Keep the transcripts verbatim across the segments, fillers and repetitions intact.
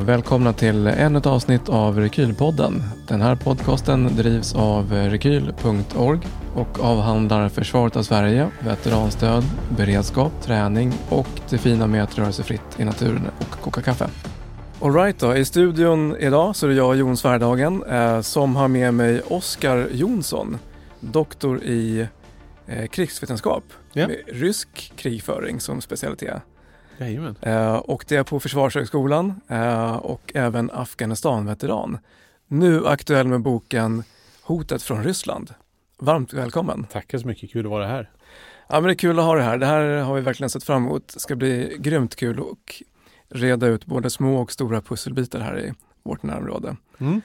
och välkomna till ännu ett avsnitt av Rekylpodden. Den här podcasten drivs av rekyl punkt org och avhandlar försvaret av Sverige, veteranstöd, beredskap, träning och det fina med att röra sig fritt i naturen och koka kaffe. All right då, i studion idag så är det jag, Jon Svärdagen, eh, som har med mig Oskar Jonsson, doktor i eh, krigsvetenskap ja. med rysk krigföring som specialitet. Jajamän. Eh, och det är på Försvarshögskolan eh, och även Afghanistan-veteran. Nu aktuell med boken Hotet från Ryssland. Varmt välkommen. Tackar så mycket, kul att vara här. Ja, men det är kul att ha det här. Det här har vi verkligen sett fram emot. Det ska bli grymt kul och reda ut både små och stora pusselbitar här i vårt närområde. Mm.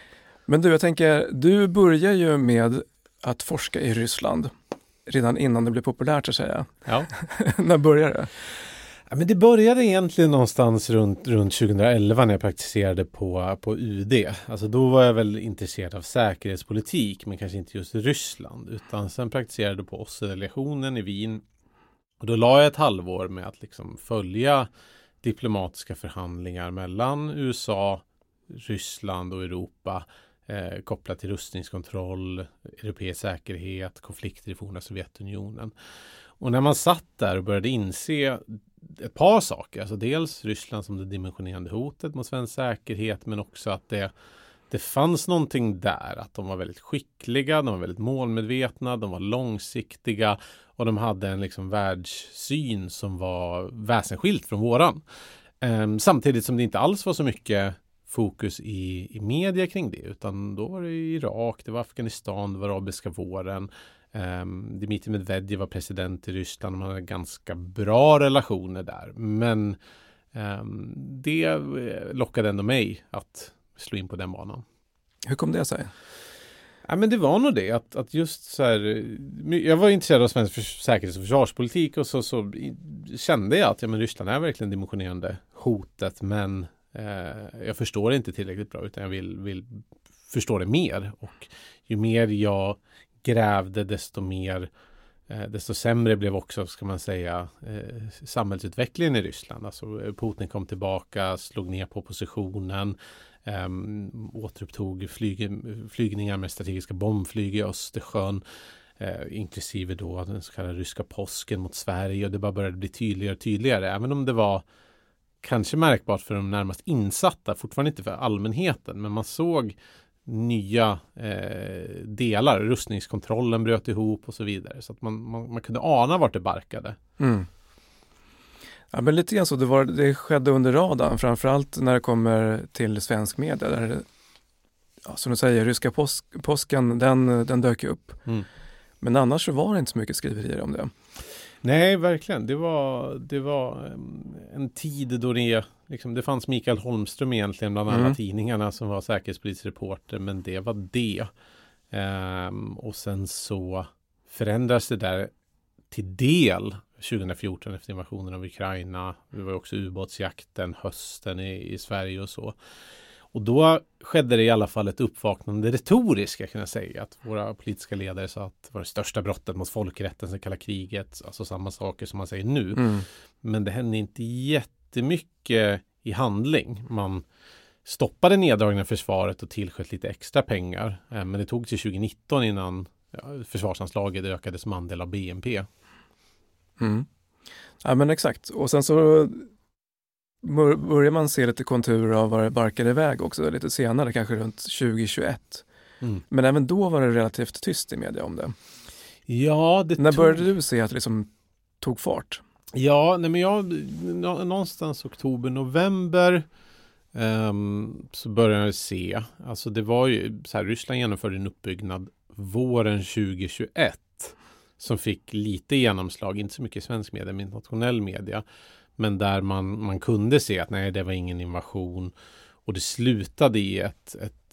Men du, jag tänker, du börjar ju med att forska i Ryssland redan innan det blev populärt så att säga. Ja. När började det? Ja, men det började egentligen någonstans runt, runt tjugoelva när jag praktiserade på, på U D. Alltså då var jag väl intresserad av säkerhetspolitik, men kanske inte just Ryssland. Utan sen praktiserade jag på O S S-delegationen i Wien. Och då la jag ett halvår med att liksom följa diplomatiska förhandlingar mellan U S A, Ryssland och Europa eh, kopplat till rustningskontroll, europeisk säkerhet, konflikter i forna Sovjetunionen. Och när man satt där och började inse ett par saker, alltså dels Ryssland som det dimensionerande hotet mot svensk säkerhet, men också att det, det fanns någonting där, att de var väldigt skickliga, de var väldigt målmedvetna, de var långsiktiga och de hade en liksom världssyn som var väsensskilt från våran. Ehm, samtidigt som det inte alls var så mycket fokus i, i media kring det, utan då var det Irak, det var Afghanistan, det var arabiska våren. Um, Dmitrij Medvedev var president i Ryssland och man hade ganska bra relationer där. Men um, det lockade ändå mig att slå in på den banan. Hur kom det sig? Ja, men det var nog det att, att just så här, jag var intresserad av svensk för, säkerhets- och försvarspolitik och så, så kände jag att ja, men Ryssland är verkligen dimensionerande hotet, men eh, jag förstår det inte tillräckligt bra utan jag vill, vill förstå det mer, och ju mer jag grävde desto mer, eh, desto sämre blev också, ska man säga, eh, samhällsutvecklingen i Ryssland. Alltså Putin kom tillbaka, slog ner på oppositionen, eh, återupptog flyg, flygningar med strategiska bombflyg i Östersjön, eh, inklusive då den så kallade ryska påsken mot Sverige, och det bara började bli tydligare och tydligare, även om det var kanske märkbart för de närmast insatta, fortfarande inte för allmänheten, men man såg nya eh, delar, rustningskontrollen bröt ihop och så vidare, så att man, man, man kunde ana vart det barkade. Mm. Ja, men lite grann så, det, var, det skedde under radarn, framförallt när det kommer till svensk media, där, ja, som du säger, ryska påsk, påsken, den, den dök upp. Mm. Men annars så var det inte så mycket skriverier om det. Nej, verkligen. Det var, det var en tid då det, liksom, det fanns Mikael Holmström egentligen bland alla mm. tidningarna som var säkerhetspolitisk reporter, men det var det. Ehm, och sen så förändras det där till del tjugohundrafjorton efter invasionen av Ukraina. Det var också ubåtsjakten, hösten i, i Sverige och så. Och då skedde det i alla fall ett uppvaknande retoriska, kan jag säga. Att våra politiska ledare sa att det var det största brottet mot folkrätten sen kalla kriget. Alltså samma saker som man säger nu. Mm. Men det hände inte jättemycket i handling. Man stoppade neddragningen av försvaret och tillsköt lite extra pengar. Men det tog till tjugonitton innan ja, försvarsanslaget ökade som andel av B N P. Mm. Ja, men exakt. Och sen så börjar man se lite konturer av vad det barkade iväg också lite senare, kanske runt tjugohundratjugoett. Mm. Men även då var det relativt tyst i media om det. Ja, det När tog... började du se att det liksom tog fart? Ja, nej men jag någonstans oktober, november um, så började jag se, alltså det var ju så här, Ryssland genomförde en uppbyggnad våren tjugohundratjugoett som fick lite genomslag, inte så mycket i svensk media men internationell media. Men där man, man kunde se att nej, det var ingen invasion. Och det slutade i ett, ett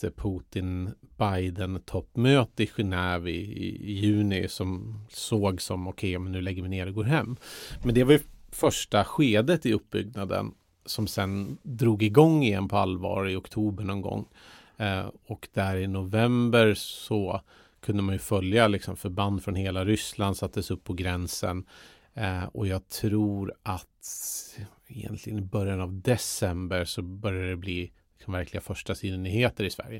Putin-Biden-toppmöte i Genève i, i, i juni som såg som okej, okay, men nu lägger vi ner och går hem. Men det var ju första skedet i uppbyggnaden som sen drog igång igen på allvar i oktober någon gång. Eh, och där i november så kunde man ju följa liksom förband från hela Ryssland sattes upp på gränsen. Eh, och jag tror att egentligen i början av december så började det bli liksom verkliga första sidan-nyheter i Sverige.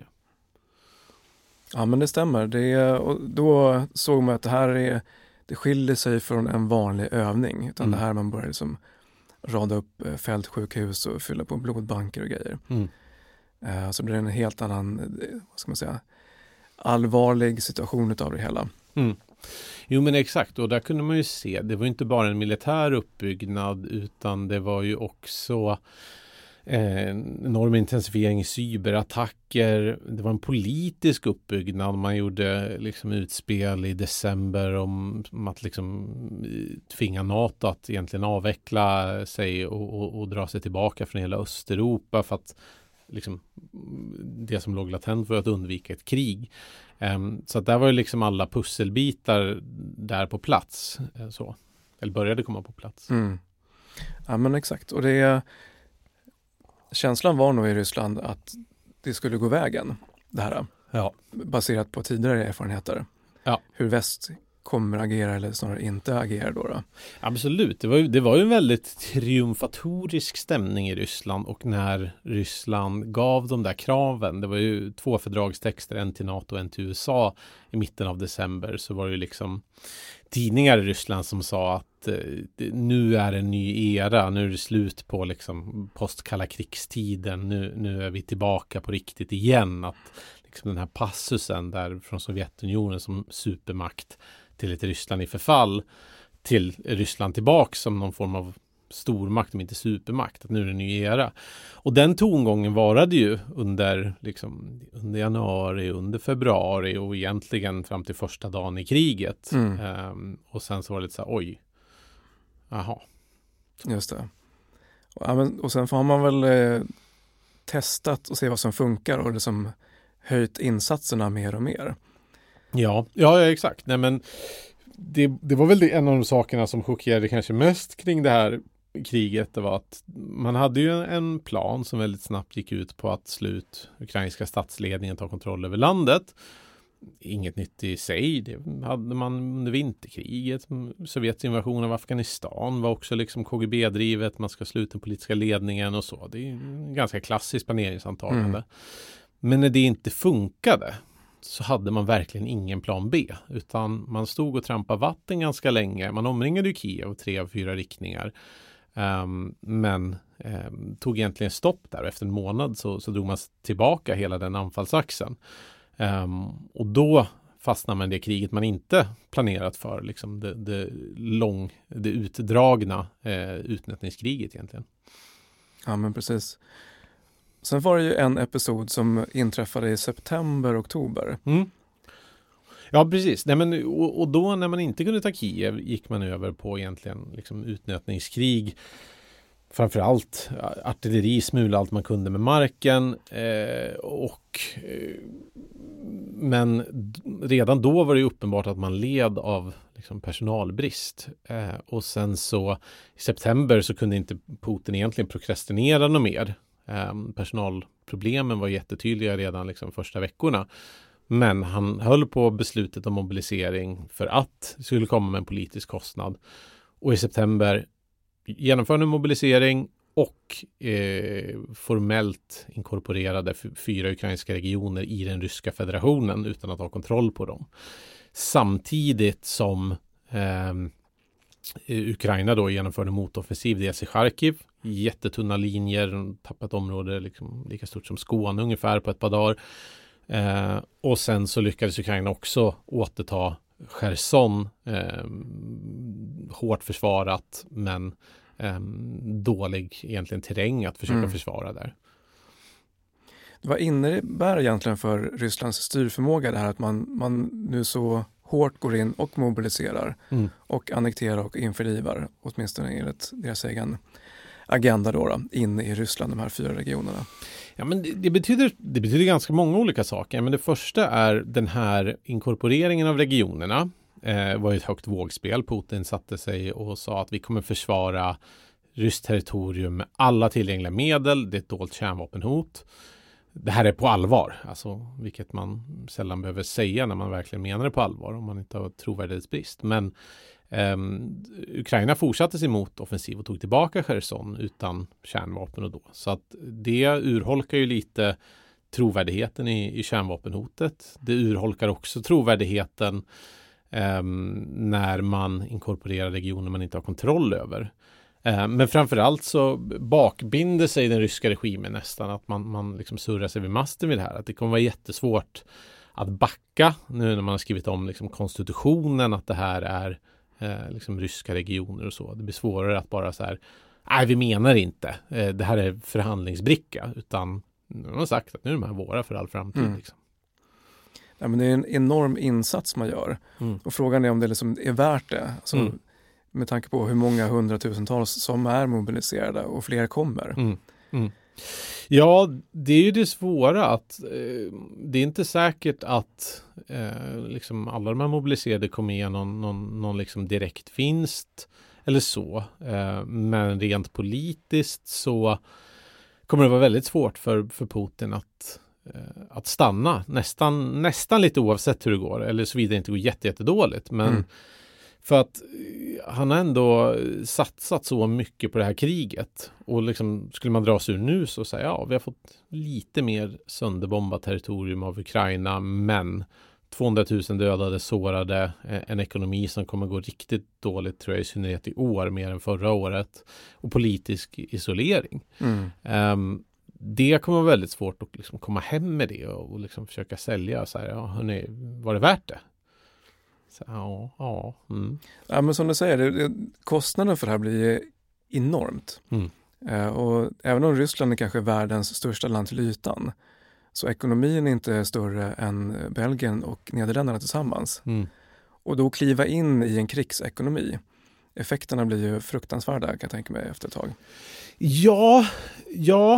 Ja, men det stämmer. Det, och då såg man att det här är, det skiljer sig från en vanlig övning. Utan Mm. det här man börjar liksom rada upp fältsjukhus och fylla på blodbanker och grejer. Mm. Uh, så blir det en helt annan, vad ska man säga, allvarlig situation utav det hela. Mm. Jo men exakt, och där kunde man ju se, det var inte bara en militär uppbyggnad utan det var ju också eh, enorm intensifiering i cyberattacker. Det var en politisk uppbyggnad. Man gjorde liksom utspel i december om, om att liksom tvinga NATO att egentligen avveckla sig och, och, och dra sig tillbaka från hela Östeuropa för att liksom, det som låg latent för att undvika ett krig. Um, så att där var ju liksom alla pusselbitar där på plats. Uh, så. Eller började komma på plats. Mm. Ja men exakt. Och det, känslan var nog i Ryssland att det skulle gå vägen. Det här. Ja. Baserat på tidigare erfarenheter. Ja. Hur väst kommer agera eller snarare inte agera då. då. Absolut, det var, ju, det var ju en väldigt triumfatorisk stämning i Ryssland och när Ryssland gav de där kraven, det var ju två fördragstexter, en till NATO och en till U S A i mitten av december, så var det ju liksom tidningar i Ryssland som sa att eh, nu är en ny era, nu är det slut på liksom postkalla krigstiden, nu, nu är vi tillbaka på riktigt igen, att liksom den här passusen där från Sovjetunionen som supermakt till ett Ryssland i förfall till Ryssland tillbaka som någon form av stormakt, men inte supermakt, att nu är det en ny era. Och den tongången varade ju under, liksom, under januari, under februari och egentligen fram till första dagen i kriget. Mm. Um, och sen så var det lite så här, oj, aha. Just det. Och, ja, men, och sen har man väl eh, testat och se vad som funkar och liksom höjt insatserna mer och mer. Ja, ja, ja exakt. Nej, men det, det var väl det, en av de sakerna som chockerade kanske mest kring det här kriget. Det var att man hade ju en plan som väldigt snabbt gick ut på att slut ukrainska statsledningen ta kontroll över landet. Inget nytt i sig. Det hade man under vinterkriget. Sovjets invasion av Afghanistan var också liksom K G B-drivet. Man ska sluta den politiska ledningen och så. Det är en ganska klassisk planeringsantagande. Mm. Men när det inte funkade så hade man verkligen ingen plan B. Utan man stod och trampade vatten ganska länge. Man omringade ju Kiev tre av fyra riktningar. Um, men um, tog egentligen stopp där. Efter en månad så, så drog man tillbaka hela den anfallsaxeln. Um, och då fastnar man i det kriget man inte planerat för. Liksom det, det, lång, det utdragna eh, utnötningskriget egentligen. Ja men precis. Sen var det ju en episod som inträffade i september, oktober. Mm. Ja, precis. Nej, men, och, och då när man inte kunde ta Kiev gick man över på egentligen liksom utnötningskrig. Framförallt artilleri, smula allt man kunde med marken. Eh, och, eh, men d- redan då var det uppenbart att man led av liksom, personalbrist. Eh, och sen så i september så kunde inte Putin egentligen prokrastinera något mer. Um, personalproblemen var jättetydliga redan liksom första veckorna. Men han höll på beslutet om mobilisering för att det skulle komma med en politisk kostnad. Och i september genomförde en mobilisering och eh, formellt inkorporerade f- fyra ukrainska regioner i den ryska federationen utan att ha kontroll på dem. Samtidigt som eh, Ukraina då genomförde motoffensiv dels i Charkiv. Jättetunna linjer, tappat område liksom, lika stort som Skåne ungefär på ett par dagar. Eh, och sen så lyckades Ukraina också återta Cherson. Eh, hårt försvarat men eh, dålig egentligen terräng att försöka mm. försvara där. Vad innebär egentligen för Rysslands styrförmåga det här att man, man nu så hårt går in och mobiliserar mm. och annekterar och införlivar åtminstone enligt deras egen agenda då, då in i Ryssland, de här fyra regionerna? Ja, men det, det, betyder, det betyder ganska många olika saker. Men det första är den här inkorporeringen av regionerna. Eh, var ju ett högt vågspel. Putin satte sig och sa att vi kommer försvara ryskt territorium med alla tillgängliga medel. Det är ett dolt kärnvapenhot. det här är på allvar. Alltså, vilket man sällan behöver säga när man verkligen menar det på allvar om man inte har trovärdighetsbrist. Men Um, Ukraina fortsatte sin motoffensiv och tog tillbaka Cherson utan kärnvapen och då. Så att det urholkar ju lite trovärdigheten i, i kärnvapenhotet. Det urholkar också trovärdigheten um, när man inkorporerar regioner man inte har kontroll över. Uh, men framförallt så bakbinder sig den ryska regimen nästan att man, man liksom surrar sig vid masten vid det här. Att det kommer vara jättesvårt att backa nu när man har skrivit om liksom konstitutionen att det här är Eh, liksom ryska regioner och så. Det blir svårare att bara så här, nej vi menar inte, eh, det här är förhandlingsbricka, utan nu har man sagt att nu är de här våra för all framtid. Mm. Liksom. Ja, men det är en enorm insats man gör. Mm. Och frågan är om det liksom är värt det. Alltså, mm. Med tanke på hur många hundratusentals som är mobiliserade och fler kommer. Mm. Mm. Ja, det är ju det svåra att eh, det är inte säkert att eh, liksom alla de här mobiliserade kommer ge någon, någon, någon liksom direkt vinst eller så. Eh, men rent politiskt så kommer det vara väldigt svårt för, för Putin att, eh, att stanna. Nästan, nästan lite oavsett hur det går. Eller såvida det inte går jätte, jättedåligt. Men mm. för att han har ändå satsat så mycket på det här kriget. Och liksom, skulle man dra sig ur nu så säger ja, vi har fått lite mer sönderbombat territorium av Ukraina. Men tvåhundratusen dödade, sårade, en ekonomi som kommer gå riktigt dåligt tror jag i synnerhet i år mer än förra året. Och politisk isolering. Mm. Um, det kommer vara väldigt svårt att liksom komma hem med det och, och liksom försöka sälja. Så här, ja, hörni, var det värt det? Så, ja, ja, mm. ja, men som du säger, det, det, kostnaden för det här blir enormt. Mm. Eh, och även om Ryssland är kanske världens största land till ytan så ekonomin är inte större än Belgien och Nederländerna tillsammans. Mm. Och då kliva in i en krigsekonomi. Effekterna blir ju fruktansvärda kan jag tänka mig efter ett tag. Ja, ja,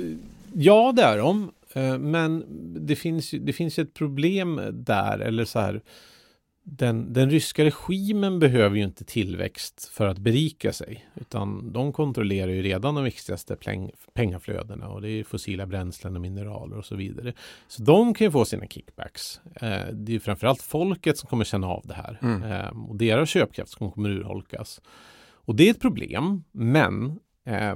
ja det är de. Eh, men det finns, det finns ett problem där, eller så här. Den, den ryska regimen behöver ju inte tillväxt för att berika sig, utan de kontrollerar ju redan de viktigaste peng, pengaflödena och det är fossila bränslen och mineraler och så vidare. Så de kan ju få sina kickbacks. Eh, det är ju framförallt folket som kommer känna av det här mm. eh, och deras köpkraft som kommer urholkas. Och det är ett problem, men eh,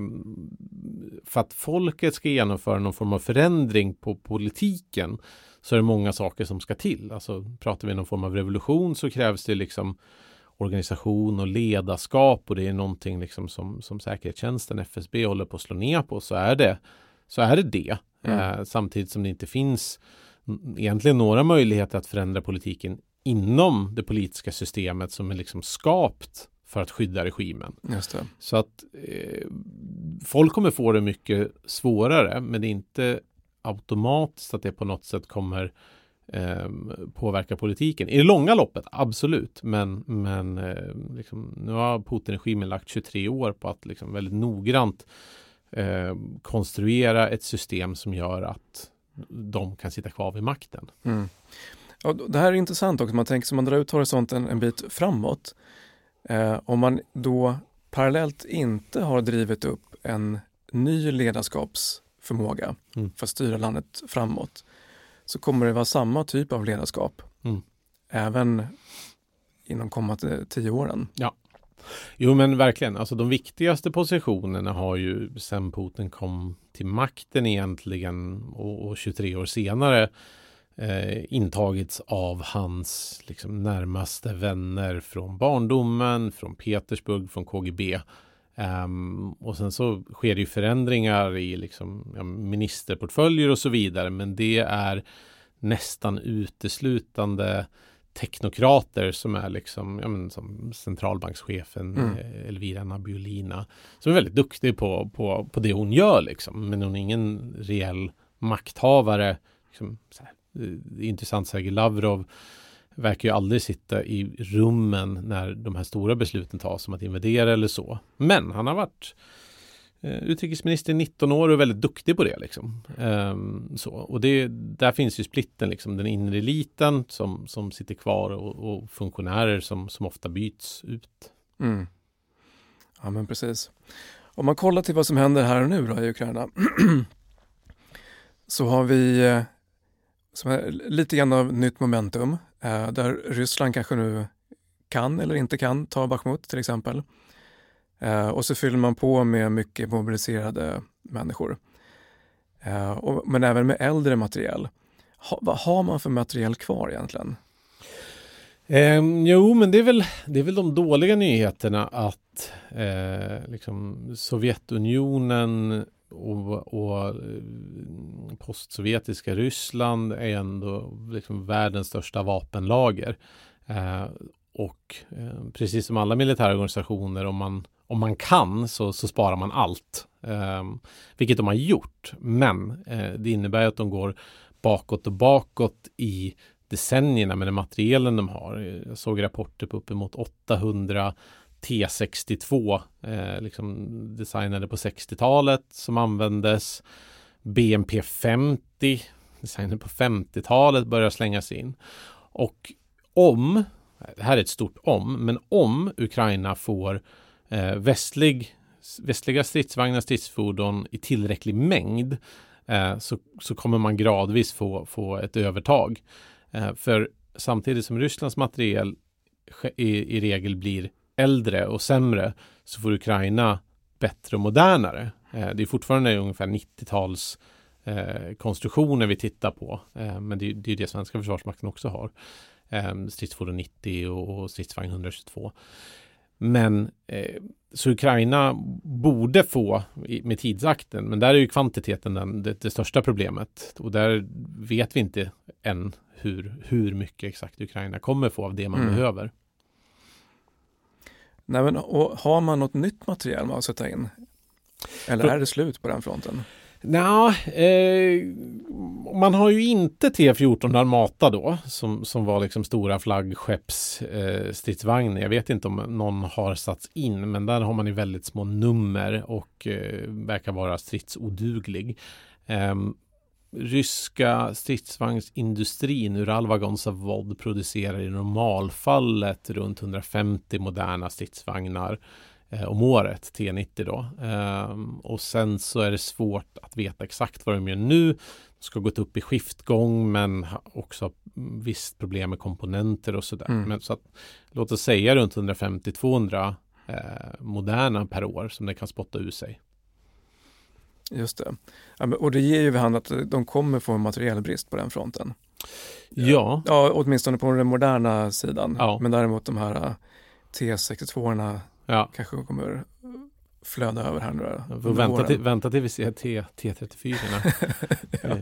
för att folket ska genomföra någon form av förändring på politiken så är det många saker som ska till. Alltså pratar vi om någon form av revolution så krävs det liksom organisation och ledarskap och det är någonting liksom som, som säkerhetstjänsten F S B håller på att slå ner på så är det så är det, det. Mm. Eh, samtidigt som det inte finns egentligen några möjligheter att förändra politiken inom det politiska systemet som är liksom skapt för att skydda regimen. Just det. Så att eh, folk kommer få det mycket svårare men det är inte automatiskt att det på något sätt kommer eh, påverka politiken. I det långa loppet, absolut. Men, men eh, liksom, nu har Putin-regimen lagt tjugotre år på att liksom, väldigt noggrant eh, konstruera ett system som gör att de kan sitta kvar vid makten. Mm. Ja, det här är intressant också. Man tänker som man drar ut horisonten en bit framåt. Eh, om man då parallellt inte har drivit upp en ny ledarskaps förmåga mm. för att styra landet framåt så kommer det vara samma typ av ledarskap mm. även inom kommande tio åren. Ja, jo men verkligen. Alltså de viktigaste positionerna har ju sen Putin kom till makten egentligen och, och tjugotre år senare eh, intagits av hans liksom, närmaste vänner från barndomen, från Petersburg, från K G B. Um, och sen så sker det ju förändringar i liksom, ja, ministerportföljer och så vidare men det är nästan uteslutande teknokrater som är liksom, ja, men, som centralbankschefen mm. Elvira Nabiulina som är väldigt duktig på, på, på det hon gör liksom, men hon är ingen reell makthavare liksom, så här, det är intressant Sergej Lavrov verkar ju aldrig sitta i rummen när de här stora besluten tas som att invadera eller så. Men han har varit eh, utrikesminister i nitton år och är väldigt duktig på det. Liksom. Ehm, så. Och det, där finns ju splitten, liksom, den inre eliten som, som sitter kvar och, och funktionärer som, som ofta byts ut. Mm. Ja men precis. Om man kollar till vad som händer här och nu då i Ukraina så har vi eh, som är lite grann av nytt momentum eh, där Ryssland kanske nu kan eller inte kan ta Bachmut till exempel. Eh, och så fyller man på med mycket mobiliserade människor. Eh, och, men även med äldre materiel. Ha, vad har man för materiel kvar egentligen? Eh, jo, men det är, väl, det är väl de dåliga nyheterna att eh, liksom Sovjetunionen och, och postsovjetiska Ryssland är ändå liksom världens största vapenlager. Eh, och eh, precis som alla militära organisationer, om man, om man kan så, så sparar man allt. Eh, vilket de har gjort. Men eh, det innebär att de går bakåt och bakåt i decennierna med den materielen de har. Jag såg rapporter på uppemot åttahundra T sextiotvå eh, liksom designade på sextiotalet som användes. B M P femtio designade på femtiotalet börjar slängas in. Och om, det här är ett stort om, men om Ukraina får eh, västlig, västliga stridsvagnar, stridsfordon i tillräcklig mängd eh, så, så kommer man gradvis få, få ett övertag. Eh, för samtidigt som Rysslands materiel i, i regel blir äldre och sämre så får Ukraina bättre och modernare. Eh, det är fortfarande ungefär nittio-tals eh, konstruktioner vi tittar på. Eh, men det, det är det svenska försvarsmakten också har. Eh, stridsfordon nittio och, och stridsvagn etthundratvå. Men eh, så Ukraina borde få i, med tidsakten, men där är ju kvantiteten den, det, det största problemet. Och där vet vi inte än hur, hur mycket exakt Ukraina kommer få av det man mm. behöver. Nej, men, och har man något nytt material man sätta in? Eller För, är det slut på den fronten? Nej, eh, man har ju inte T fjorton Armata då, som, som var liksom stora flaggskepps eh, stridsvagnar. Jag vet inte om någon har satts in, men där har man ju väldigt små nummer och eh, verkar vara stridsoduglig. Eh, ryska stridsvagnsindustrin Uralvagonzavod producerar i normalfallet runt hundrafemtio moderna stridsvagnar eh, om året, T nittio då. Eh, och sen så är det svårt att veta exakt vad de gör nu. De ska gått upp i skiftgång men också visst problem med komponenter och sådär. Mm. Men så att, låt oss säga runt hundrafemtio till tvåhundra eh, moderna per år som det kan spotta ur sig. Just det. Ja, och det ger ju vid hand att de kommer få en materiellbrist på den fronten. Ja. Ja, åtminstone på den moderna sidan. Ja. Men däremot de här T sextiotvå-orna ja. kanske kommer flöda över här nu. Ja, vänta, till, vänta till vi ser T, T trettiofyra. ja.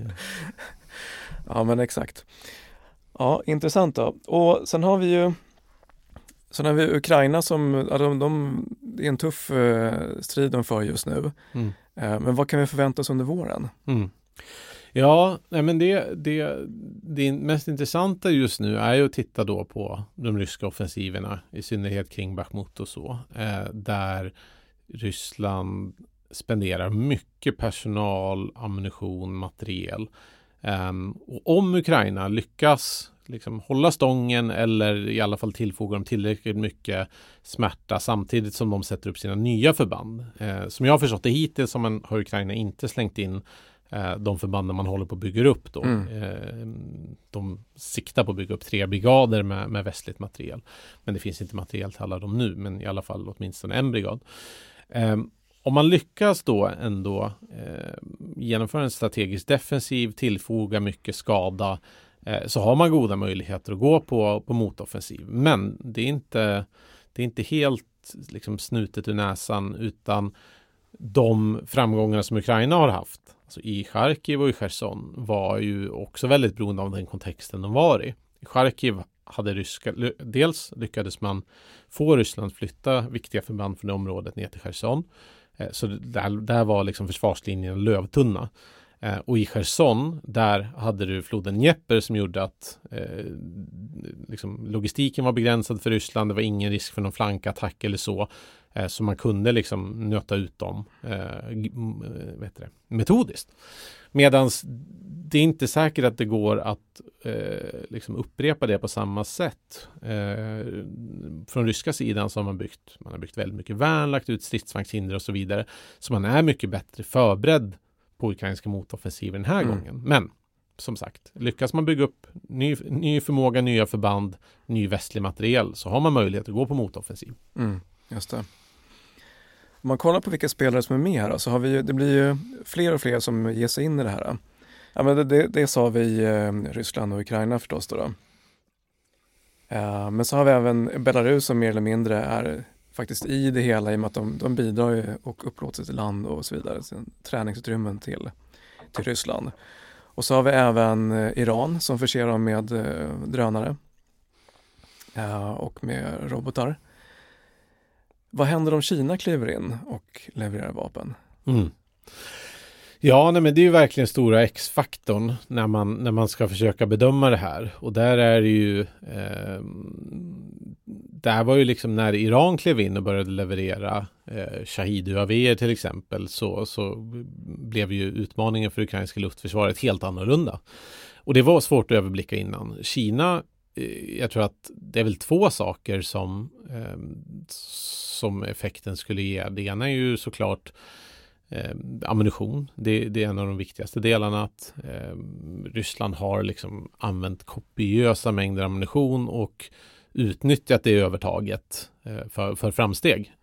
ja, men exakt. Ja, intressant då. Och sen har vi ju Sen har vi Ukraina som, ja, de, de, det är en tuff eh, strid de för just nu. Mm. Eh, men vad kan vi förvänta oss under våren? Mm. Ja, nej, men det, det, det mest intressanta just nu är ju att titta då på de ryska offensiverna, i synnerhet kring Bachmut och så, eh, där Ryssland spenderar mycket personal, ammunition, materiel. Eh, och om Ukraina lyckas liksom hålla stången eller i alla fall tillfoga dem tillräckligt mycket smärta samtidigt som de sätter upp sina nya förband. Eh, som jag har förstått det hittills har, man, har Ukraina inte slängt in eh, de förbanden man håller på att bygga upp då. Mm. Eh, de siktar på att bygga upp tre brigader med, med västligt materiel. Men det finns inte materiel till alla dem nu, men i alla fall åtminstone en brigad. Eh, Om man lyckas då ändå eh, genomföra en strategisk defensiv, tillfoga mycket skada, eh, så har man goda möjligheter att gå på, på motoffensiv. Men det är inte, det är inte helt liksom, snutet ur näsan, utan de framgångar som Ukraina har haft, alltså i Charkiv och i Cherson, var ju också väldigt beroende av den kontexten de var i. I Charkiv hade ryska, dels lyckades man få Ryssland flytta viktiga förband från det området ner till Cherson. Så där, där var liksom försvarslinjen lövtunna. Eh, och i Cherson, där hade du floden Dnepr som gjorde att eh, liksom, logistiken var begränsad för Ryssland. Det var ingen risk för någon flankattack eller så. Eh, så man kunde liksom nöta ut dem eh, vet det, metodiskt. Medan det är inte säkert att det går att eh, liksom upprepa det på samma sätt. Eh, från ryska sidan så har man byggt, man har byggt väldigt mycket värn, lagt ut stridsvagnshinder och så vidare. Så man är mycket bättre förberedd på ukrainska motoffensiver den här Mm. gången. Men som sagt, lyckas man bygga upp ny, ny förmåga, nya förband, ny västlig materiel, så har man möjlighet att gå på motoffensiv. Mm, just det. Om man kollar på vilka spelare som är med här så har vi ju, det blir ju fler och fler som ger sig in i det här. Ja, men det, det, det sa vi eh, Ryssland och Ukraina förstås då. då. Eh, men så har vi även Belarus som mer eller mindre är faktiskt i det hela i och med att de, de bidrar ju och upplåter sitt land och så vidare, sin träningsutrymmen till, till Ryssland. Och så har vi även eh, Iran som förser dem med eh, drönare eh, och med robotar. Vad händer om Kina kliver in och levererar vapen? Mm. Ja, nej, men det är ju verkligen stora X-faktorn när man, när man ska försöka bedöma det här. Och där är det ju eh, där var ju liksom när Iran klev in och började leverera eh, Shahid-U A V till exempel, så, så blev ju utmaningen för ukrainska luftförsvaret helt annorlunda. Och det var svårt att överblicka innan. Kina, eh, jag tror att det är väl två saker som, eh, som effekten skulle ge. Det ena är ju såklart Eh, ammunition. Det, det är en av de viktigaste delarna, att eh, Ryssland har liksom använt kopiösa mängder ammunition och utnyttjat det övertaget eh, för, för framsteg.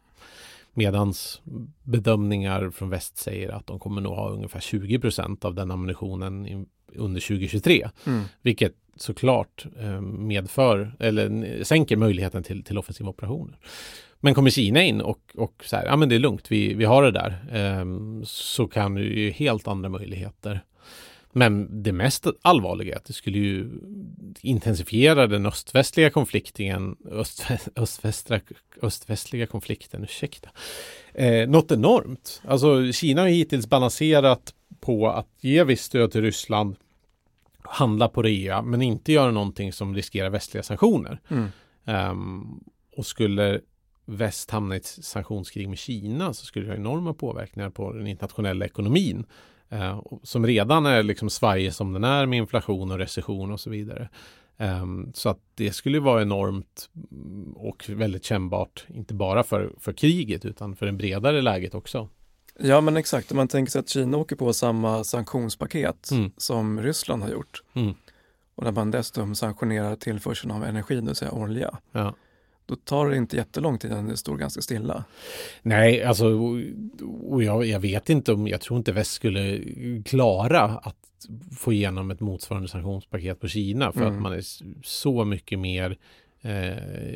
Medans bedömningar från väst säger att de kommer nog ha ungefär tjugo procent av den ammunitionen in, under tjugo tjugotre. Mm. Vilket såklart eh, medför eller sänker möjligheten till, till offensiva operationer. Men kommer Kina in och, och så här, ja men det är lugnt, vi, vi har det där, ehm, så kan det ju helt andra möjligheter. Men det mest allvarliga är att det skulle ju intensifiera den östvästliga konflikten, öst, östvästra, östvästliga konflikten, ursäkta. Eh, något enormt. Alltså Kina har hittills balanserat på att ge viss stöd till Ryssland, handla på rea, men inte göra någonting som riskerar västliga sanktioner. Mm. Um, och skulle väst hamna i ett sanktionskrig med Kina, så skulle det ha enorma påverkningar på den internationella ekonomin, eh, som redan är liksom svajig som den är med inflation och recession och så vidare. Um, så att det skulle vara enormt och väldigt kännbart, inte bara för, för kriget utan för en bredare läget också. Ja, men exakt. Om man tänker sig att Kina åker på samma sanktionspaket mm. som Ryssland har gjort, mm. och där man dessutom sanktionerar tillförseln av energi, det vill säga olja. Ja. Då tar det inte jättelång tid innan det står ganska stilla. Nej, alltså och jag, jag vet inte om, jag tror inte väst skulle klara att få igenom ett motsvarande sanktionspaket på Kina, för mm. att man är så mycket mer eh,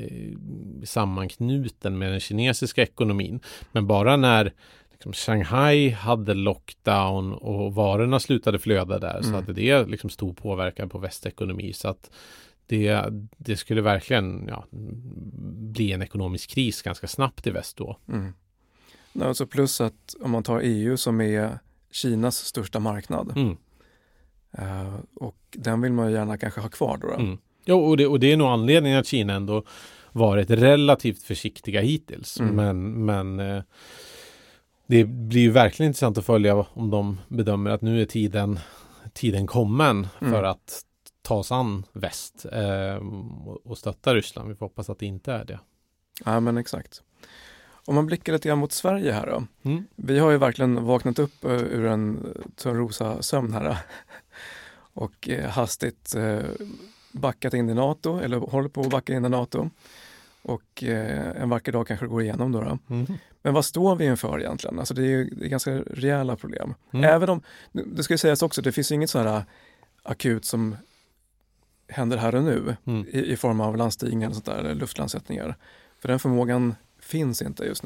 sammanknuten med den kinesiska ekonomin. Men bara när liksom Shanghai hade lockdown och varorna slutade flöda där, mm. så hade det liksom stor påverkan på västekonomi, så att Det, det skulle verkligen ja, bli en ekonomisk kris ganska snabbt i väst då. Mm. Alltså plus att om man tar E U som är Kinas största marknad, mm. uh, och den vill man ju gärna kanske ha kvar då. då. Mm. Ja, och det, och det är nog anledningen att Kina ändå varit relativt försiktiga hittills. Mm. Men, men uh, det blir ju verkligen intressant att följa om de bedömer att nu är tiden, tiden kommen för mm. att ta oss an väst eh, och stötta Ryssland. Vi får hoppas att det inte är det. Ja, men exakt. Om man blickar lite grann mot Sverige här då. Mm. Vi har ju verkligen vaknat upp uh, ur en törnrosa sömn här och uh, hastigt uh, backat in i NATO, eller håller på att backa in i NATO. Och uh, en vacker dag kanske går igenom då. då. Mm. Men vad står vi inför egentligen? Alltså det är ju det är ganska rejäla problem. Mm. Även om, det ska ju sägas också, det finns ju inget så här akut som händer här och nu mm. i, i form av landstigningar och sånt där, eller luftlandsättningar. För den förmågan finns inte just nu.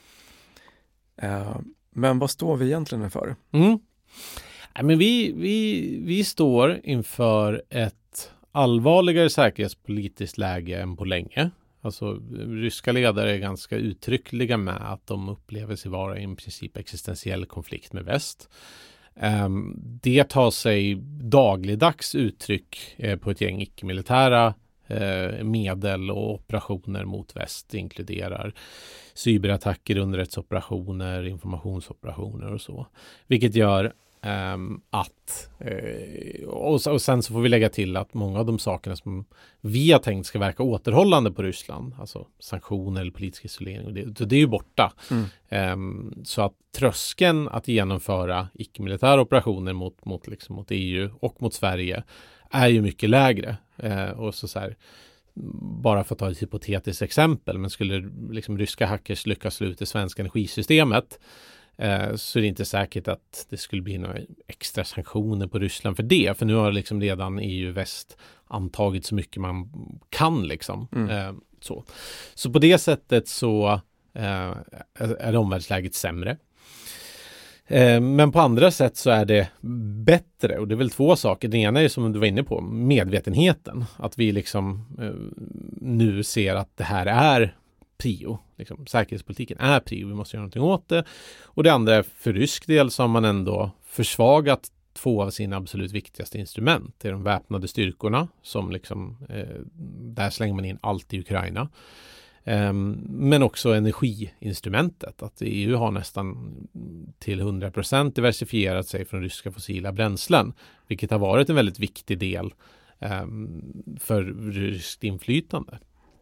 Uh, men vad står vi egentligen inför? Mm. Ja, men vi, vi, vi står inför ett allvarligare säkerhetspolitiskt läge än på länge. Alltså ryska ledare är ganska uttryckliga med att de upplever sig vara i en princip existentiell konflikt med väst. Um, det tar sig dagligdags uttryck eh, på ett gäng icke-militära eh, medel och operationer mot väst. Det inkluderar cyberattacker, underrättelseoperationer, informationsoperationer och så. Vilket gör Um, att uh, och, och sen så får vi lägga till att många av de sakerna som vi har tänkt ska verka återhållande på Ryssland, alltså sanktioner eller politisk isolering, det, det är ju borta. Mm. Um, så att tröskeln att genomföra icke-militära operationer mot, mot, liksom, mot E U och mot Sverige är ju mycket lägre. Uh, och så, så här, bara för att ta ett hypotetiskt exempel, men skulle liksom ryska hackers lyckas slå ut det svenska energisystemet, så är det inte säkert att det skulle bli några extra sanktioner på Ryssland för det. För nu har liksom redan E U-väst antagit så mycket man kan. Liksom. Mm. Eh, så. så på det sättet så eh, är omvärldsläget sämre. Eh, men på andra sätt så är det bättre. Och det är väl två saker. Det ena är som du var inne på, medvetenheten. Att vi liksom eh, nu ser att det här är prio. Liksom, säkerhetspolitiken är prio, vi måste göra någonting åt det. Och det andra är för rysk del så har man ändå försvagat två av sina absolut viktigaste instrument. Det är de väpnade styrkorna som liksom, eh, där slänger man in allt i Ukraina. Eh, men också energiinstrumentet. Att E U har nästan till hundra procent diversifierat sig från ryska fossila bränslen. Vilket har varit en väldigt viktig del eh, för ryskt inflytande.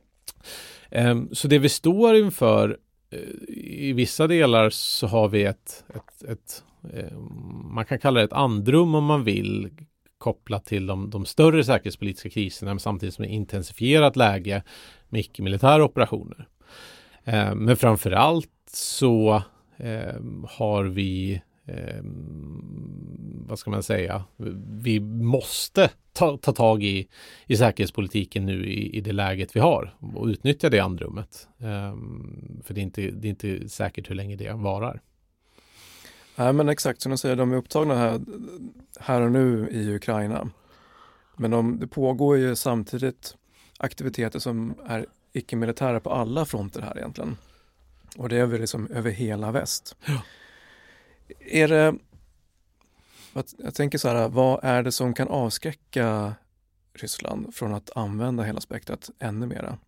Så det vi står inför, i vissa delar så har vi ett, ett, ett man kan kalla det ett andrum om man vill, kopplat till de, de större säkerhetspolitiska kriserna, men samtidigt som ett intensifierat läge med icke-militära operationer. Men framförallt så har vi Eh, vad ska man säga, vi måste ta, ta tag i, i säkerhetspolitiken nu i, i det läget vi har och utnyttja det andrummet. Eh, för det är, inte, det är inte säkert hur länge det varar. Nej, men exakt som du säger, de är upptagna här, här och nu i Ukraina. Men de, det pågår ju samtidigt aktiviteter som är icke-militära på alla fronter här egentligen. Och det är väl liksom över hela väst. Ja. Är det, jag tänker så här, vad är det som kan avskräcka Ryssland från att använda hela spektrat ännu mera?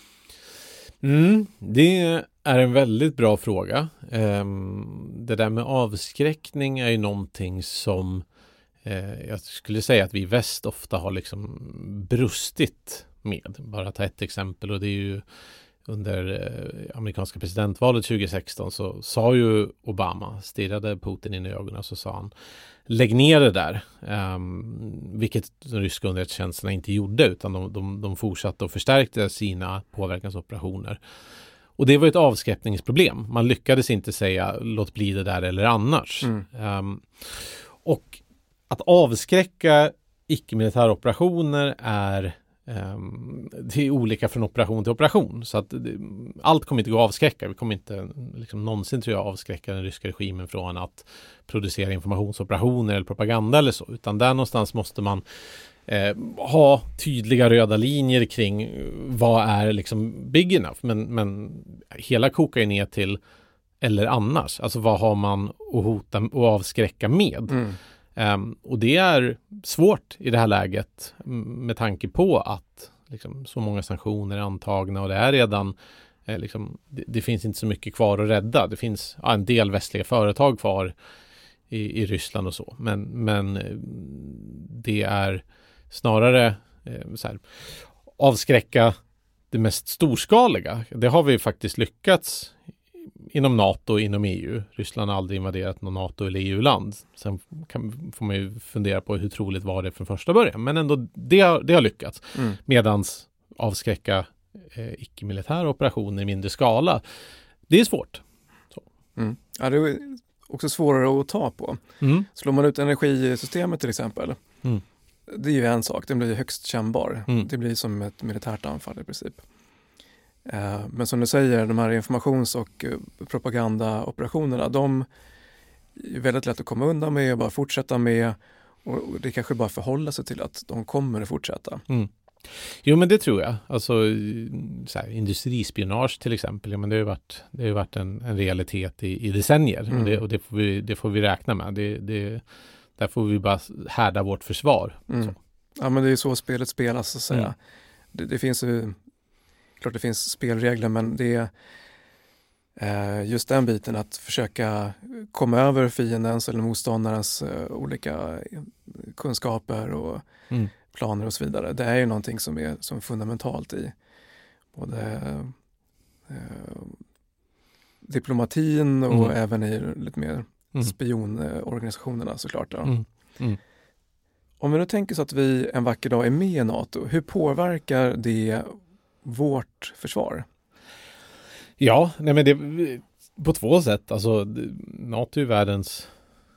Mm, det är en väldigt bra fråga. Um, det där med avskräckning är ju någonting som uh, jag skulle säga att vi i väst ofta har liksom brustit med. Bara ta ett exempel, och det är ju under eh, amerikanska presidentvalet tjugo sexton så sa ju Obama, stirrade Putin in i ögonen, så sa han lägg ner det där. Um, vilket de ryska underrättelsetjänsterna inte gjorde, utan de, de, de fortsatte och förstärkte sina påverkansoperationer. Och det var ett avskräckningsproblem. Man lyckades inte säga låt bli det där eller annars. Mm. Um, och att avskräcka icke-militära operationer är Um, det är olika från operation till operation, så att det, allt kommer inte gå att avskräcka. Vi kommer inte liksom, någonsin tror jag avskräcka den ryska regimen från att producera informationsoperationer eller propaganda eller så, utan där någonstans måste man eh, ha tydliga röda linjer kring vad är liksom big enough, men, men hela kokar ju ner till eller annars, alltså vad har man att hota och avskräcka med. Mm. Um, och det är svårt i det här läget med tanke på att liksom, så många sanktioner är antagna och det är redan eh, liksom, det, det finns inte så mycket kvar att rädda. Det finns ja, en del västliga företag kvar i, i Ryssland och så, men, men det är snarare eh, så här, avskräcka det mest storskaliga. Det har vi faktiskt lyckats inom NATO och inom E U. Ryssland har aldrig invaderat någon NATO- eller E U-land. Sen kan, får man ju fundera på hur troligt var det från första början. Men ändå, det har, det har lyckats. Mm. Medans avskräcka eh, icke-militära operationer i mindre skala, det är svårt. Så. Mm. Ja, det är också svårare att ta på. Mm. Slår man ut energisystemet till exempel, mm. det är ju en sak. Den blir ju högst kännbar. Mm. Det blir som ett militärt anfall i princip. Men som du säger, de här informations- och propagandaoperationerna, de är väldigt lätt att komma undan med och bara fortsätta med, och det kanske bara förhåller sig till att de kommer att fortsätta. Mm. Jo, men det tror jag. Alltså så här, industrispionage till exempel, ja, men det har ju varit, det har ju varit en, en realitet i, i decennier mm. och, det, och det, får vi, det får vi räkna med. Det, det, där får vi bara härda vårt försvar. Mm. Ja, men det är ju så spelet spelas så att säga. Mm. Det, det finns ju klart det finns spelregler, men det är, eh, just den biten att försöka komma över fiendens eller motståndarens eh, olika kunskaper och mm. planer och så vidare. Det är ju någonting som är som fundamentalt i både eh, diplomatin och mm. även i lite mer mm. spionorganisationerna såklart. Då. Mm. Mm. Om vi nu tänker så att vi en vacker dag är med i NATO, hur påverkar det vårt försvar? Ja, nej men det på två sätt. Alltså NATO är världens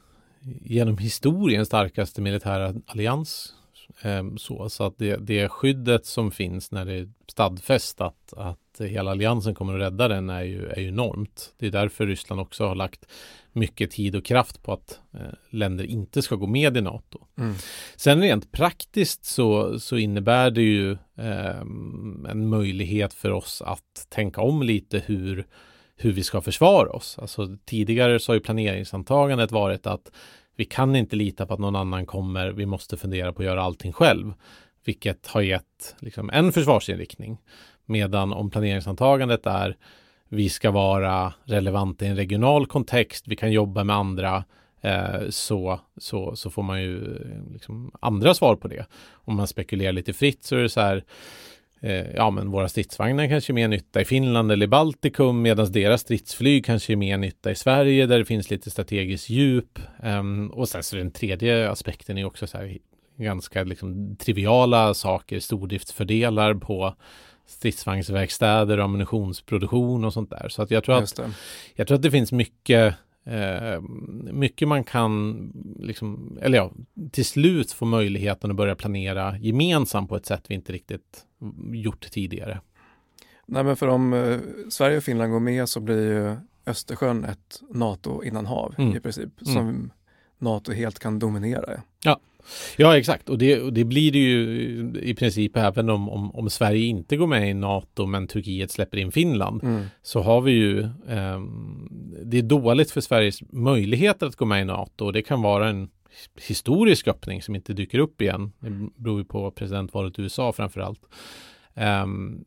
genom historien starkaste militära allians. Så, så att det, det skyddet som finns när det är stadfäst att, att hela alliansen kommer att rädda den är ju, är ju enormt. Det är därför Ryssland också har lagt mycket tid och kraft på att eh, länder inte ska gå med i NATO. Mm. Sen rent praktiskt så, så innebär det ju eh, en möjlighet för oss att tänka om lite hur, hur vi ska försvara oss. Alltså, tidigare så har ju planeringsantagandet varit att vi kan inte lita på att någon annan kommer, vi måste fundera på att göra allting själv. Vilket har gett liksom, en försvarsinriktning. Medan om planeringsantagandet är vi ska vara relevanta i en regional kontext, vi kan jobba med andra, eh, så, så, så får man ju liksom, andra svar på det. Om man spekulerar lite fritt så är det så här, eh, ja men våra stridsvagnar kanske är mer nytta i Finland eller i Baltikum, medan deras stridsflyg kanske är mer nytta i Sverige där det finns lite strategiskt djup. Um, och sen så den tredje aspekten är också så här ganska liksom, triviala saker, stordriftsfördelar på stridsvagnsverkstäder och ammunitionsproduktion och sånt där. Så att jag tror att, jag tror att det finns mycket eh, mycket man kan liksom, eller ja, till slut få möjligheten att börja planera gemensamt på ett sätt vi inte riktigt gjort tidigare. Nej, men för om eh, Sverige och Finland går med så blir ju Östersjön ett NATO-innanhav mm. i princip, som mm. NATO helt kan dominera. Ja. Ja, exakt. Och det, och det blir det ju i princip även om, om, om Sverige inte går med i NATO men Turkiet släpper in Finland. Mm. Så har vi ju, eh, det är dåligt för Sveriges möjligheter att gå med i NATO. Och det kan vara en historisk öppning som inte dyker upp igen. Det beror ju på presidentvalet i U S A framförallt. Eh,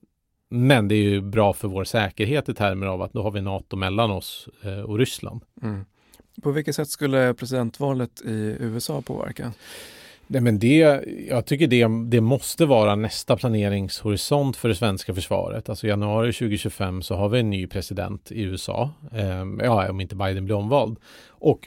men det är ju bra för vår säkerhet i termer av att då har vi NATO mellan oss eh, och Ryssland. Mm. På vilket sätt skulle presidentvalet i U S A påverka? Nej, men det, jag tycker det, det måste vara nästa planeringshorisont för det svenska försvaret. Alltså januari tjugo tjugofem så har vi en ny president i U S A. Eh, ja, om inte Biden blir omvald. Och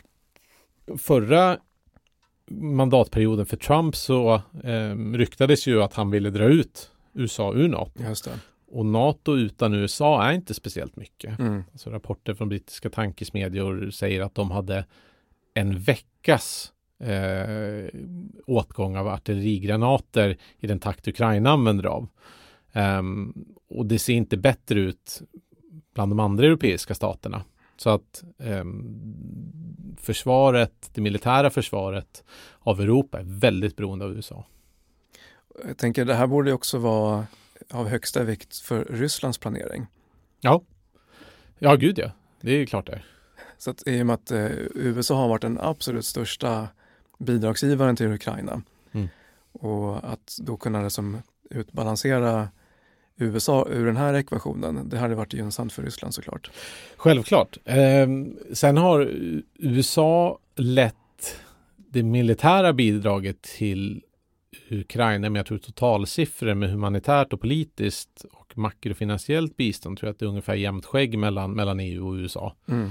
förra mandatperioden för Trump så eh, ryktades ju att han ville dra ut U S A ur NATO. Just det. Och NATO utan U S A är inte speciellt mycket. Mm. Alltså rapporter från brittiska tankesmedjor säger att de hade en veckas eh, åtgång av artillerigranater i den takt Ukraina använder av. Um, och det ser inte bättre ut bland de andra europeiska staterna. Så att um, försvaret, det militära försvaret av Europa är väldigt beroende av U S A. Jag tänker det här borde också vara av högsta vikt för Rysslands planering. Ja, ja gud ja. Det är ju klart det. Så att i och med att eh, U S A har varit den absolut största bidragsgivaren till Ukraina mm. och att då kunna liksom utbalansera U S A ur den här ekvationen, det hade varit gynnsamt för Ryssland såklart. Självklart. Eh, sen har U S A lett det militära bidraget till Ukraina, men jag tror totalsiffror med humanitärt och politiskt och makrofinansiellt bistånd tror jag att det är ungefär jämnt skägg mellan, mellan E U och U S A. Mm.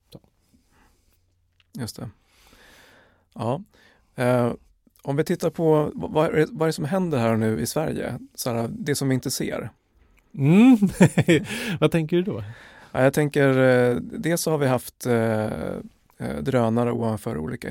Just det. Ja. Eh, om vi tittar på vad är, det, vad är det som händer här nu i Sverige? Så här, det som vi inte ser. Mm. Vad tänker du då? Ja, jag tänker, eh, dels så har vi haft eh, drönare ovanför olika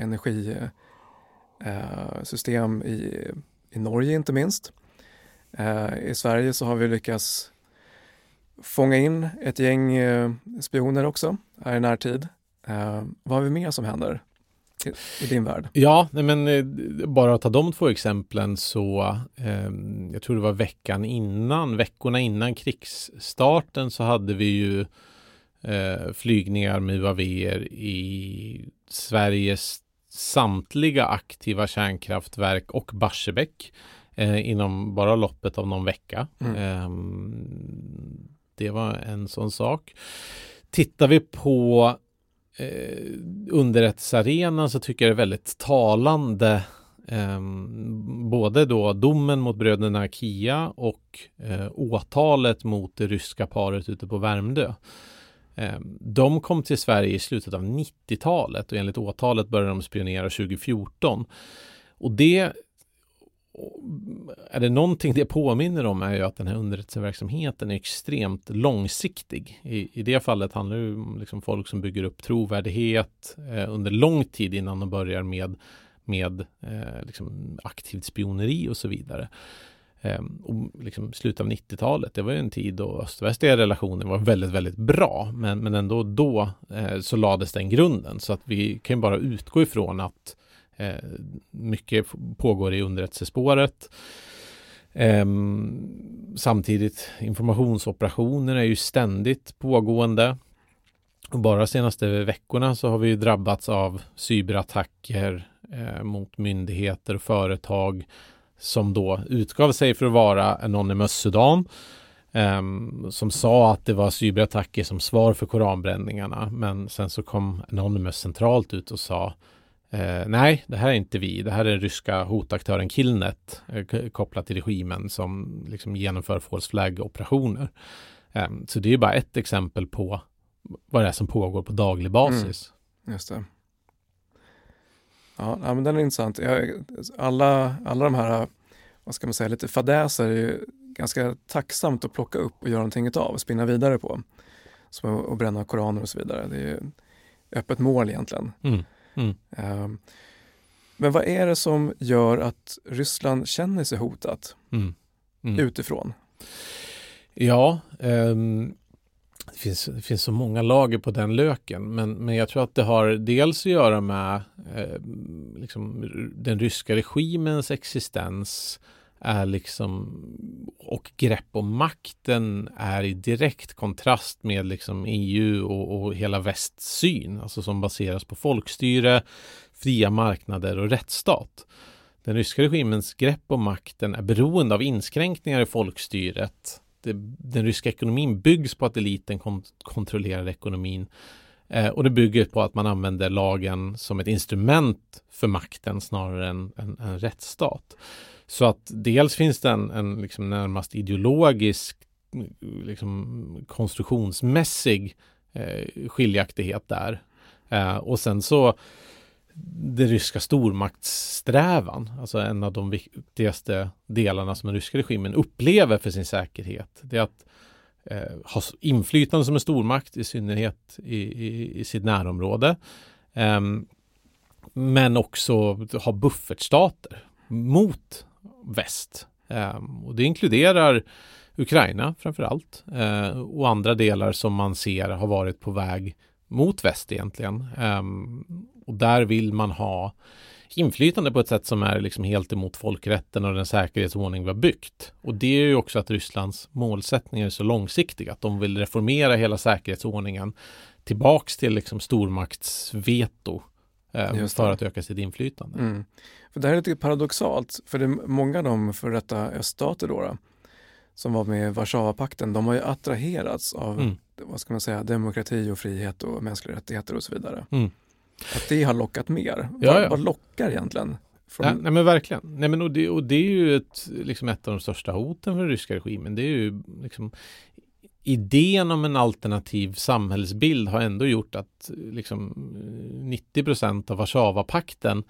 energisystem eh, i, i Norge inte minst. Eh, I Sverige så har vi lyckats fånga in ett gäng eh, spioner också här i närtid. Eh, vad har vi mer som händer i, i din värld? Ja, nej men eh, bara att ta de två exemplen så eh, jag tror det var veckan innan, veckorna innan krigsstarten så hade vi ju eh, flygningar med U A V:er i Sveriges samtliga aktiva kärnkraftverk och Barsebäck eh, inom bara loppet av någon vecka. Mm. Eh, det var en sån sak. tittar vi på eh, underrättelsearenan så tycker jag det är väldigt talande eh, både då domen mot bröderna Kia och eh, åtalet mot det ryska paret ute på Värmdö. Eh, de kom till Sverige i slutet av nittiotalet och enligt åtalet började de spionera tjugo fjorton. Och det är det någonting det påminner om är ju att den här underrättelseverksamheten är extremt långsiktig. I, i det fallet handlar det om liksom folk som bygger upp trovärdighet eh, under lång tid innan de börjar med, med eh, liksom aktivt spioneri och så vidare. Eh, och liksom slutet av nittiotalet, det var ju en tid då öst-västliga relationer var väldigt, väldigt bra. Men, men ändå då eh, så lades den grunden. Så att vi kan ju bara utgå ifrån att Eh, mycket pågår i underrättelsespåret. Eh, samtidigt informationsoperationer är ju ständigt pågående. Och bara de senaste veckorna så har vi ju drabbats av cyberattacker eh, mot myndigheter och företag som då utgav sig för att vara Anonymous Sudan. Eh, som sa att det var cyberattacker som svar för koranbränningarna. Men sen så kom Anonymous centralt ut och sa Eh, nej, det här är inte vi. Det här är ryska hotaktören Killnet eh, k- kopplat till regimen som liksom genomför false flag-operationer. Eh, så det är bara ett exempel på vad det är som pågår på daglig basis. Mm, just det. Ja, ja, men den är intressant. Jag, alla, alla de här, vad ska man säga, lite fadäser är ju ganska tacksamt att plocka upp och göra någonting utav och spinna vidare på. Som att bränna koraner och så vidare. Det är ju öppet mål egentligen. Mm. Mm. Um, men vad är det som gör att Ryssland känner sig hotat mm. Mm. utifrån? Ja, um, det, finns, det finns så många lager på den löken, men, men jag tror att det har dels att göra med eh, liksom, den ryska regimens existens är liksom, och grepp om makten är i direkt kontrast med liksom E U och, och hela västs syn, alltså som baseras på folkstyre, fria marknader och rättsstat. Den ryska regimens grepp om makten är beroende av inskränkningar i folkstyret. Det, den ryska ekonomin byggs på att eliten kont- kontrollerar ekonomin eh, och det bygger på att man använder lagen som ett instrument för makten snarare än en, en rättsstat. Så att dels finns det en, en liksom närmast ideologisk liksom konstruktionsmässig eh, skiljaktighet där. Eh, och sen så det ryska stormaktssträvan, alltså en av de viktigaste delarna som den ryska regimen upplever för sin säkerhet, det är att eh, ha inflytande som en stormakt, i synnerhet i, i, i sitt närområde. Eh, men också ha buffertstater mot väst. Um, och det inkluderar Ukraina framförallt uh, och andra delar som man ser har varit på väg mot väst egentligen. Um, och där vill man ha inflytande på ett sätt som är liksom helt emot folkrätten och den säkerhetsordning vi har byggt. Och det är ju också att Rysslands målsättningar är så långsiktiga, att de vill reformera hela säkerhetsordningen tillbaks till liksom stormaktsveto um, för att öka sitt inflytande. Mm. För det här är lite paradoxalt, för det är många av de för detta öststater då, då som var med i Warszawapakten, de har ju attraherats av mm. vad ska man säga, demokrati och frihet och mänskliga rättigheter och så vidare. Mm. Att det har lockat mer. Ja, vad, ja. vad lockar egentligen? Från... Ja, nej men verkligen. Nej, men och, det, och det är ju ett, liksom ett av de största hoten för den ryska regimen. Det är ju liksom idén om en alternativ samhällsbild har ändå gjort att liksom nittio procent av Warszawapakten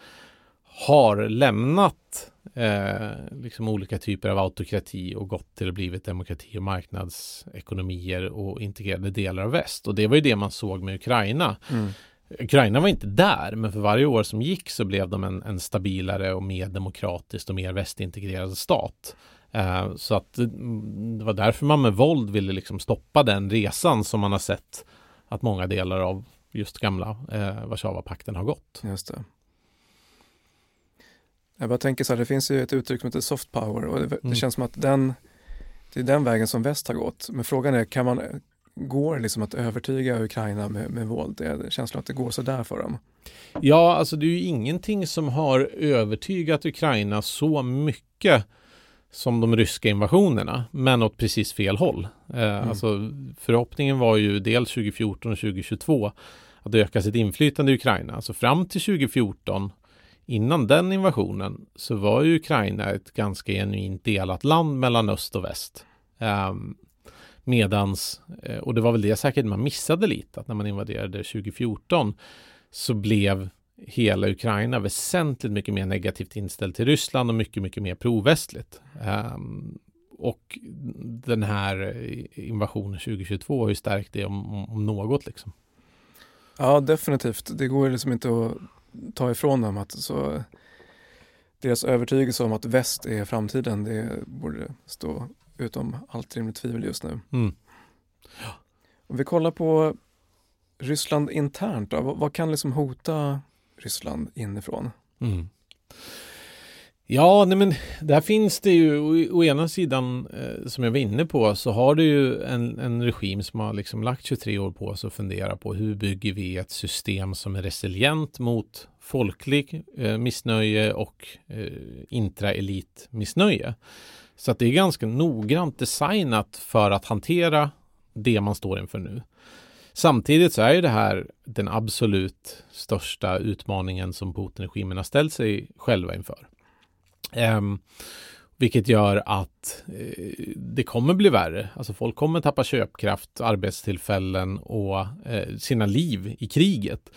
har lämnat eh, liksom olika typer av autokrati och gått till att blivit demokrati och marknadsekonomier och integrerade delar av väst. Och det var ju det man såg med Ukraina. Mm. Ukraina var inte där, men för varje år som gick så blev de en, en stabilare och mer demokratisk och mer västintegrerad stat. Eh, så att det var därför man med våld ville liksom stoppa den resan som man har sett att många delar av just gamla eh, Warszawapakten har gått. Just det. Jag bara tänker så här, det finns ju ett uttryck som heter soft power och det, det mm. känns som att den, det är den vägen som väst har gått. Men frågan är, kan man, går det liksom att övertyga Ukraina med, med våld? Det känns som att det går så där för dem. Ja, alltså det är ju ingenting som har övertygat Ukraina så mycket som de ryska invasionerna, men åt precis fel håll. Eh, mm. Alltså förhoppningen var ju dels tjugo fjorton och tjugo tjugotvå att öka sitt inflytande i Ukraina. Alltså fram till tjugo fjorton, innan den invasionen, så var ju Ukraina ett ganska genuint delat land mellan öst och väst. Eh, medans, eh, och det var väl det säkert man missade lite, att när man invaderade tjugo fjorton så blev hela Ukraina väsentligt mycket mer negativt inställd till Ryssland och mycket, mycket mer provästligt. Um, och den här invasionen tjugo tjugotvå har ju stärkt det om, om något liksom. Ja, definitivt. Det går liksom inte att ta ifrån dem att så deras övertygelse om att väst är framtiden, det borde stå utom allt rimligt tvivel just nu. Mm. Ja. Om vi kollar på Ryssland internt då, vad, vad kan liksom hota Ryssland inifrån? Mm. Ja, nej men där finns det ju å, å ena sidan eh, som jag var inne på, så har det ju en, en regim som har liksom lagt tjugotre år på sig att fundera på hur bygger vi ett system som är resilient mot folklig eh, missnöje och eh, intraelit missnöje. Så att det är ganska noggrant designat för att hantera det man står inför nu. Samtidigt så är ju det här den absolut största utmaningen som Putin-regimen har ställt sig själva inför. Um, vilket gör att uh, det kommer bli värre. Alltså folk kommer tappa köpkraft, arbetstillfällen och uh, sina liv i kriget.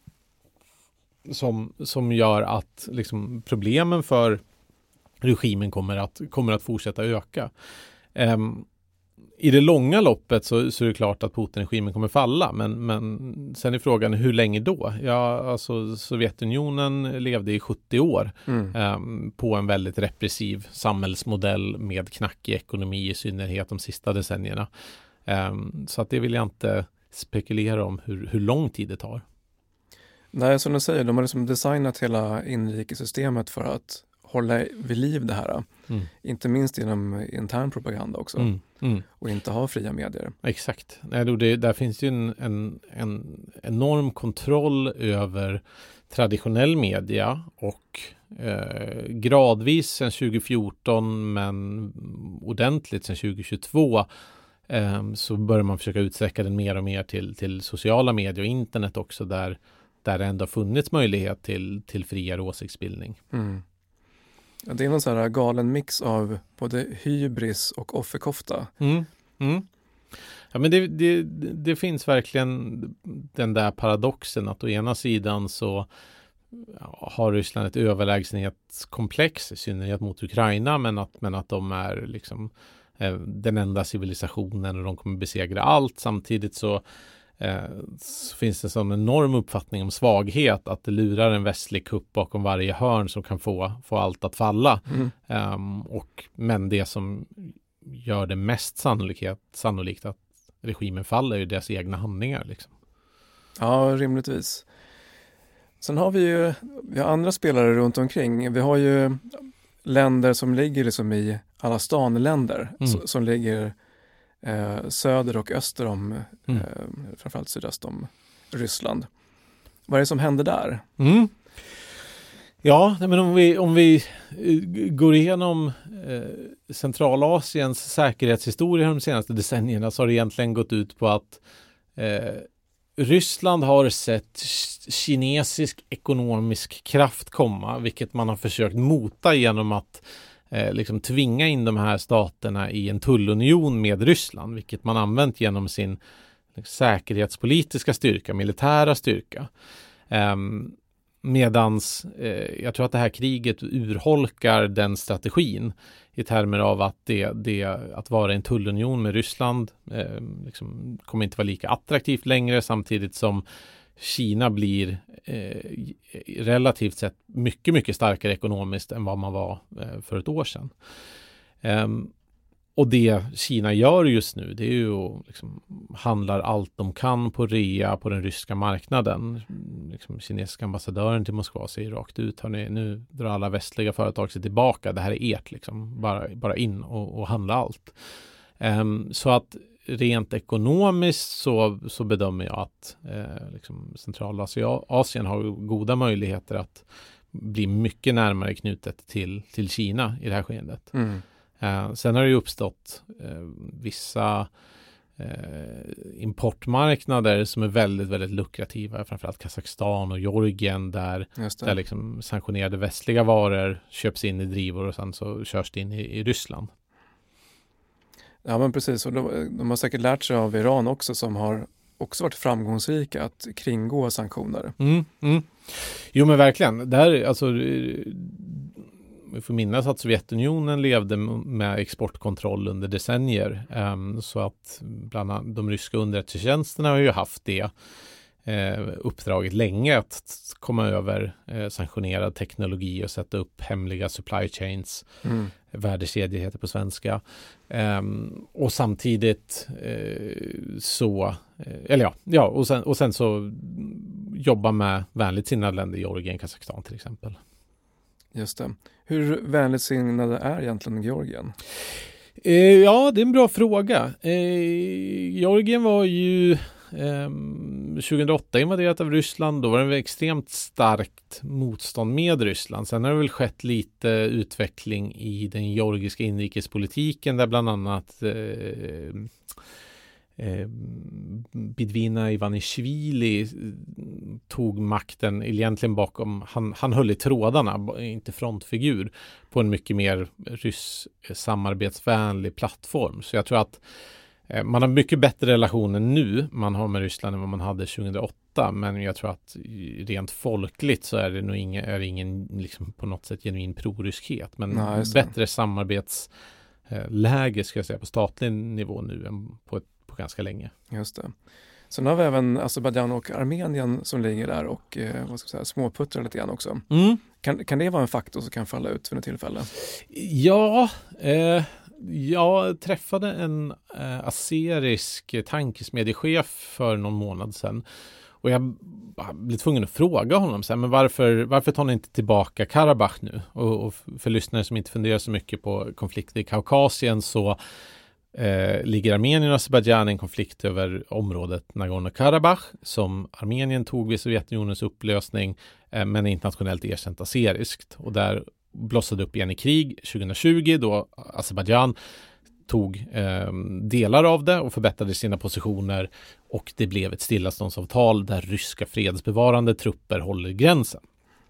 Som, som gör att liksom, problemen för regimen kommer att, kommer att fortsätta öka. Um, I det långa loppet så, så är det klart att Putin-regimen kommer falla, men, men sen är frågan hur länge då? Ja, alltså Sovjetunionen levde i sjuttio år mm. um, på en väldigt repressiv samhällsmodell med knackig ekonomi, i synnerhet de sista decennierna. Um, så att det vill jag inte spekulera om hur, hur lång tid det tar. Nej, som du säger, de har liksom designat hela inrikesystemet för att hålla vid liv det här. Mm. Inte minst genom intern propaganda också. Mm. Mm. Och inte ha fria medier. Exakt. Nej, då det, där finns ju en, en, en enorm kontroll över traditionell media och eh, gradvis sedan tjugo fjorton men ordentligt sedan tjugo tjugotvå eh, så börjar man försöka utsträcka den mer och mer till, till sociala medier och internet också, där, där det ändå funnits möjlighet till, till friare åsiktsbildning. Mm. Ja, det är någon sån här galen mix av både hybris och offerkofta. Mm. Mm. Ja, men det, det, det finns verkligen den där paradoxen att å ena sidan så har Ryssland ett överlägsenhetskomplex, i synnerhet mot Ukraina, men att, men att de är liksom eh, den enda civilisationen och de kommer besegra allt. Samtidigt så så finns det en sån enorm uppfattning om svaghet, att det lurar en västlig kupp bakom varje hörn som kan få, få allt att falla. Mm. Um, och, men det som gör det mest sannolikhet, sannolikt att regimen faller är ju deras egna handlingar. Liksom. Ja, rimligtvis. Sen har vi ju vi har andra spelare runt omkring. Vi har ju länder som ligger liksom i alla stanländer mm. so, som ligger Eh, söder och öster om, mm. eh, framförallt sydöst om Ryssland. Vad är det som händer där? Mm. Ja, men om vi, om vi går igenom eh, Centralasiens säkerhetshistoria de senaste decennierna, så har det egentligen gått ut på att eh, Ryssland har sett kinesisk ekonomisk kraft komma, vilket man har försökt mota genom att Eh, liksom tvinga in de här staterna i en tullunion med Ryssland, vilket man använt genom sin liksom, säkerhetspolitiska styrka, militära styrka. Eh, medans eh, jag tror att det här kriget urholkar den strategin i termer av att det, det att vara i en tullunion med Ryssland eh, liksom, kommer inte vara lika attraktivt längre, samtidigt som Kina blir eh, relativt sett mycket, mycket starkare ekonomiskt än vad man var eh, för ett år sedan. Um, och det Kina gör just nu, det är ju liksom, handlar allt de kan på rea på den ryska marknaden. Liksom, kinesiska ambassadören till Moskva säger rakt ut, hörni, nu drar alla västliga företag sig tillbaka, det här är ert, liksom, bara, bara in och, och handla allt. Um, så att rent ekonomiskt så, så bedömer jag att eh, liksom Centralasien har goda möjligheter att bli mycket närmare knutet till, till Kina i det här skeendet. Mm. Eh, sen har det ju uppstått eh, vissa eh, importmarknader som är väldigt, väldigt lukrativa, framförallt Kazakstan och Georgien, där, där liksom sanktionerade västliga varor köps in i drivor och sen så körs det in i, i Ryssland. Ja, men precis. Och de, de har säkert lärt sig av Iran också, som har också varit framgångsrika att kringgå sanktioner. Mm, mm. Jo, men verkligen. Där, alltså, vi får minnas att Sovjetunionen levde med exportkontroll under decennier. Um, så att bland annat de ryska underrättelsetjänsterna har ju haft det eh, uppdraget länge, att komma över eh, sanktionerad teknologi och sätta upp hemliga supply chains. Mm. Värdekedjor heter på svenska. Um, och samtidigt eh, så, eh, eller ja, ja och, sen, och sen så jobba med vänligt sinnade länder, Georgien, Kazakstan till exempel. Just det. Hur vänligt sinnade är egentligen Georgien? Eh, ja, det är en bra fråga. Eh, Georgien var ju eh, tjugohundraåtta invaderat av Ryssland. Då var det extremt starkt motstånd med Ryssland. Sen har det väl skett lite utveckling i den georgiska inrikespolitiken, där bland annat eh, Eh, Bidvina Ivanishvili tog makten egentligen bakom, han, han höll i trådarna, inte frontfigur, på en mycket mer ryss samarbetsvänlig plattform. Så jag tror att eh, man har mycket bättre relationer nu man har med Ryssland än vad man hade tjugohundraåtta, men jag tror att rent folkligt så är det nog ingen, är det ingen liksom på något sätt genuin proryskhet, men Nej, bättre samarbetsläge ska jag säga på statlig nivå nu än på ett på ganska länge. Just det. Sen har vi även Azerbaijan och Armenien som ligger där och eh, vad ska jag säga, småputtrar lite grann också. Mm. Kan, kan det vara en faktor som kan falla ut för ett tillfälle? Ja, eh, jag träffade en eh, azerisk tankesmediechef för någon månad sedan. Och jag blev tvungen att fråga honom så här, men varför, varför tar ni inte tillbaka Karabach nu? Och, och för lyssnare som inte funderar så mycket på konflikter i Kaukasien, så Eh, ligger Armenien och Azerbaijan i en konflikt över området Nagorno-Karabach som Armenien tog vid Sovjetunionens upplösning, eh, men är internationellt erkänt azeriskt. Och där blossade upp igen i krig tjugohundratjugo, då Azerbaijan tog eh, delar av det och förbättrade sina positioner, och det blev ett stillaståndsavtal där ryska fredsbevarande trupper håller gränsen.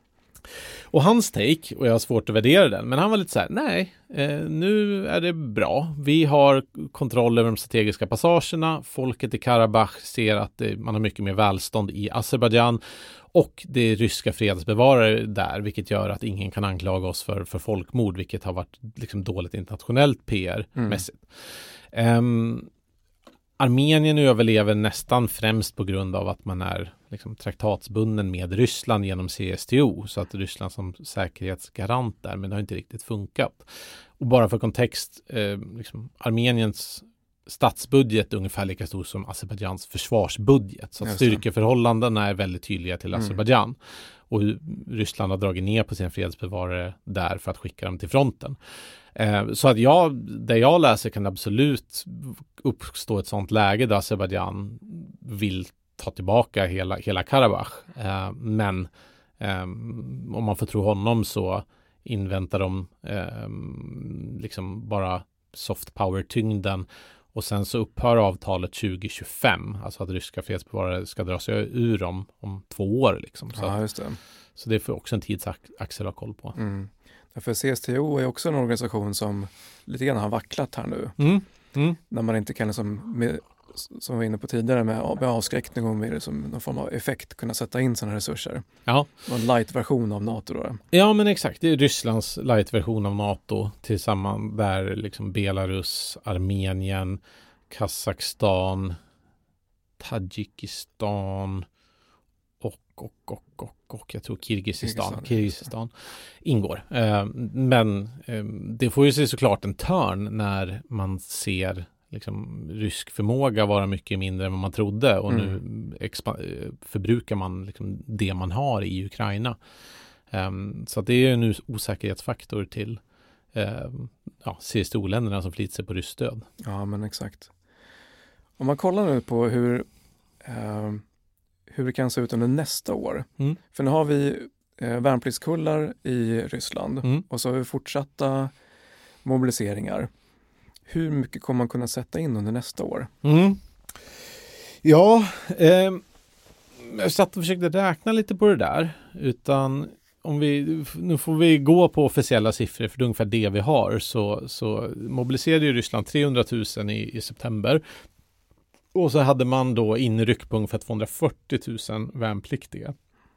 Och hans take, och jag har svårt att värdera den, men han var lite så här: nej, eh, nu är det bra. Vi har kontroll över de strategiska passagerna. Folket i Karabach ser att det, man har mycket mer välstånd i Azerbaijan, och det är ryska fredsbevarare där, vilket gör att ingen kan anklaga oss för, för folkmord, vilket har varit liksom dåligt internationellt P R-mässigt. Mm. Um, Armenien överlever nästan främst på grund av att man är liksom traktatsbunden med Ryssland genom C S T O, så att Ryssland som säkerhetsgarant där, men det har inte riktigt funkat. Och bara för kontext, eh, liksom, Armeniens statsbudget är ungefär lika stor som Azerbaiджans försvarsbudget, så att styrkeförhållandena är väldigt tydliga till Azerbaijan. Mm. Och Ryssland har dragit ner på sina fredsbevarare där för att skicka dem till fronten. Eh, så att jag, det jag läser kan absolut uppstå ett sånt läge där Azerbaijan vill ta tillbaka hela, hela Karabach. Eh, men eh, om man får tro honom så inväntar de eh, liksom bara soft power-tyngden, och sen så upphör avtalet tjugo tjugofem, alltså att ryska fredsbevarare ska dra sig ur dem om två år. Liksom. Så, ja, just det. Så det får också en tidsaxel att ha koll på. Mm. För C S T O är också en organisation som lite grann har vacklat här nu. Mm. Mm. När man inte kan, liksom, med, som vi var inne på tidigare, med, med avskräckning och med liksom, någon form av effekt kunna sätta in sådana resurser. Ja. En light-version av NATO då. Ja, men exakt. Det är Rysslands light-version av NATO tillsammans där liksom Belarus, Armenien, Kazakstan, Tadzjikistan och, och, och, och, och jag tror Kirgizistan, Kirgizistan ingår. Eh, men eh, det får ju se såklart en törn när man ser liksom rysk förmåga vara mycket mindre än vad man trodde, och mm. nu expa- förbrukar man liksom det man har i Ukraina. Um, så att det är en osäkerhetsfaktor till um, ja, C S T O-länderna som flitar sig på rysk stöd. Ja, men exakt. Om man kollar nu på hur, uh, hur det kan se ut under nästa år. Mm. För nu har vi uh, värnpliktskullar i Ryssland mm. och så har vi fortsatta mobiliseringar. Hur mycket kommer man kunna sätta in under nästa år? Mm. Ja, eh, jag satt och försökte räkna lite på det där. Utan om vi, nu får vi gå på officiella siffror för det är ungefär det vi har. Så, så mobiliserade ju Ryssland trehundratusen i, i september. Och så hade man då inryck på ungefär tvåhundrafyrtiotusen värnpliktiga.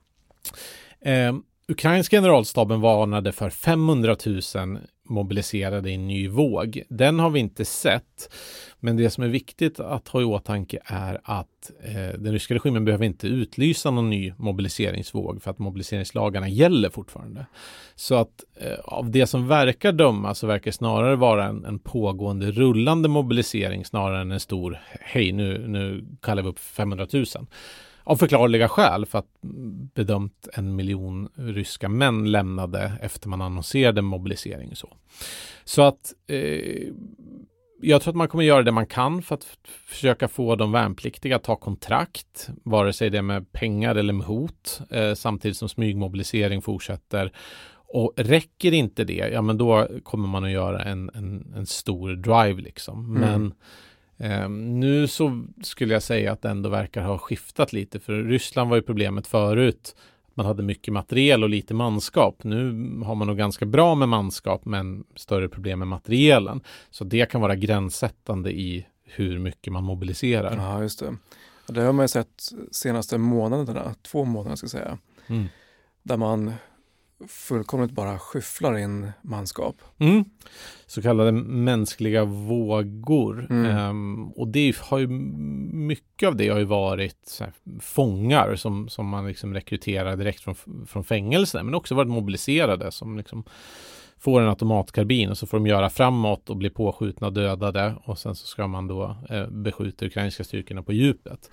Eh, Ukrainska generalstaben varnade för femhundratusen mobiliserade i en ny våg. Den har vi inte sett. Men det som är viktigt att ha i åtanke är att eh, den ryska regimen behöver inte utlysa någon ny mobiliseringsvåg för att mobiliseringslagarna gäller fortfarande. Så att eh, av det som verkar döma så verkar snarare vara en, en pågående rullande mobilisering snarare än en stor hej nu, nu kallar vi upp femhundratusen. Av förklarliga skäl för att bedömt en miljon ryska män lämnade efter man annonserade mobilisering och så. Så att eh, jag tror att man kommer göra det man kan för att f- försöka få de värnpliktiga att ta kontrakt, vare sig det är med pengar eller med hot, eh, samtidigt som smygmobilisering fortsätter. Och räcker inte det, ja men då kommer man att göra en, en, en stor drive liksom. Men mm. Um, nu så skulle jag säga att det ändå verkar ha skiftat lite, för Ryssland var ju problemet förut. Man hade mycket materiel och lite manskap. Nu har man nog ganska bra med manskap men större problem med materielen. Så det kan vara gränssättande i hur mycket man mobiliserar. Ja, just det. Det har man ju sett senaste månaderna, två månader ska jag säga. Mm. Där man fullkomligt bara skyfflar in manskap. Mm. Så kallade mänskliga vågor. Mm. Um, och det har ju, mycket av det har ju varit så här, fångar som, som man liksom rekryterar direkt från, från fängelser, men också varit mobiliserade som liksom får en automatkarbin och så får de göra framåt och bli påskjutna och dödade och sen så ska man då eh, beskjuta ukrainska styrkorna på djupet.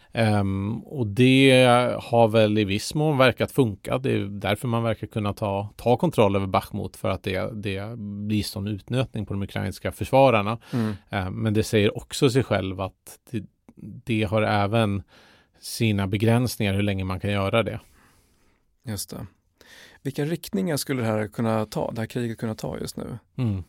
Um, och det har väl i viss mån verkat funka. Det är därför man verkar kunna ta, ta kontroll över Bachmut, för att det, det blir sån utnötning på de ukrainska försvararna. Mm. Um, men det säger också sig själv att det, det har även sina begränsningar hur länge man kan göra det. Just det. Vilka riktningar skulle det här kunna ta, det här kriget kunna ta just nu? Mm.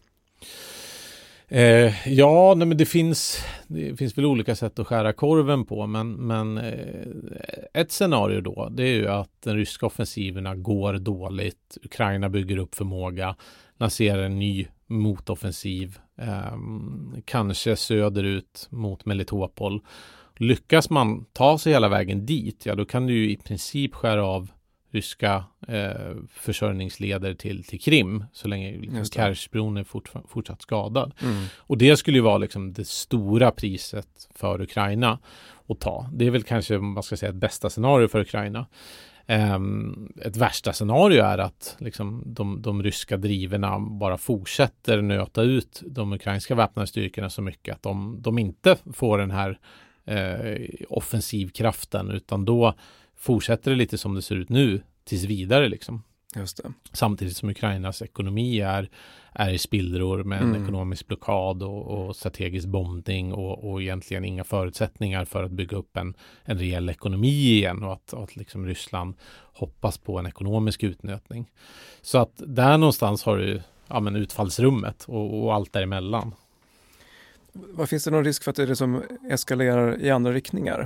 Eh, ja, nej, men det finns, det finns väl olika sätt att skära korven på, men, men eh, ett scenario då, det är ju att den ryska offensiverna går dåligt, Ukraina bygger upp förmåga, lanserar en ny motoffensiv, eh, kanske söderut mot Melitopol. Lyckas man ta sig hela vägen dit, ja då kan du ju i princip skära av ryska eh, försörjningsleder till, till Krim så länge liksom, Kerchbron är fort, fortsatt skadad. Mm. Och det skulle ju vara liksom det stora priset för Ukraina att ta. Det är väl kanske, man ska säga, ett bästa scenario för Ukraina. Um, ett värsta scenario är att liksom, de, de ryska driverna bara fortsätter nöta ut de ukrainska väpnade styrkorna så mycket att de, de inte får den här eh, offensivkraften, utan då fortsätter det lite som det ser ut nu tills vidare liksom. Just det. Samtidigt som Ukrainas ekonomi är, är i spillror med en mm. ekonomisk blockad och, och strategisk bombning och, och egentligen inga förutsättningar för att bygga upp en, en reell ekonomi igen, och att, att liksom Ryssland hoppas på en ekonomisk utnötning. Så att där någonstans har du ja, men utfallsrummet och, och allt däremellan. Vad finns det någon risk för att det liksom eskalerar i andra riktningar?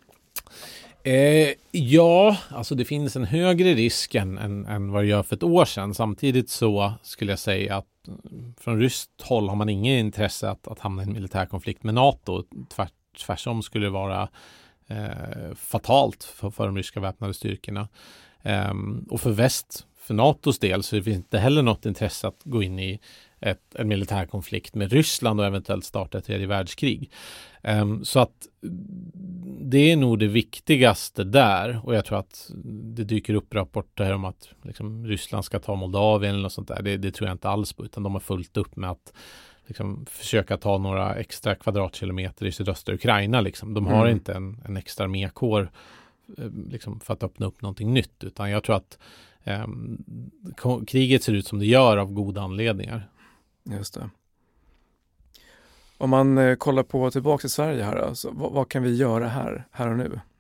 Eh, ja, alltså det finns en högre risk än, än, än vad det gör för ett år sedan. Samtidigt så skulle jag säga att från ryskt håll har man inget intresse att, att hamna i en militär konflikt med NATO. Tvärt, tvärtom skulle det vara eh, fatalt för, för de ryska väpnade styrkorna. Eh, och för väst, för NATOs del, så finns det inte heller något intresse att gå in i ett, en militär konflikt med Ryssland och eventuellt starta ett tredje världskrig. Um, så att det är nog det viktigaste där, och jag tror att det dyker upp rapporter om att liksom, Ryssland ska ta Moldavien eller något sånt där. Det, det tror jag inte alls på, utan de har fullt upp med att liksom, försöka ta några extra kvadratkilometer i sydöstra Ukraina. Liksom. De har mm. inte en, en extra armékår liksom, för att öppna upp någonting nytt, utan jag tror att um, kriget ser ut som det gör av goda anledningar. Just det. Om man eh, kollar på tillbaka i Sverige här, alltså, vad, vad kan vi göra här, här och nu?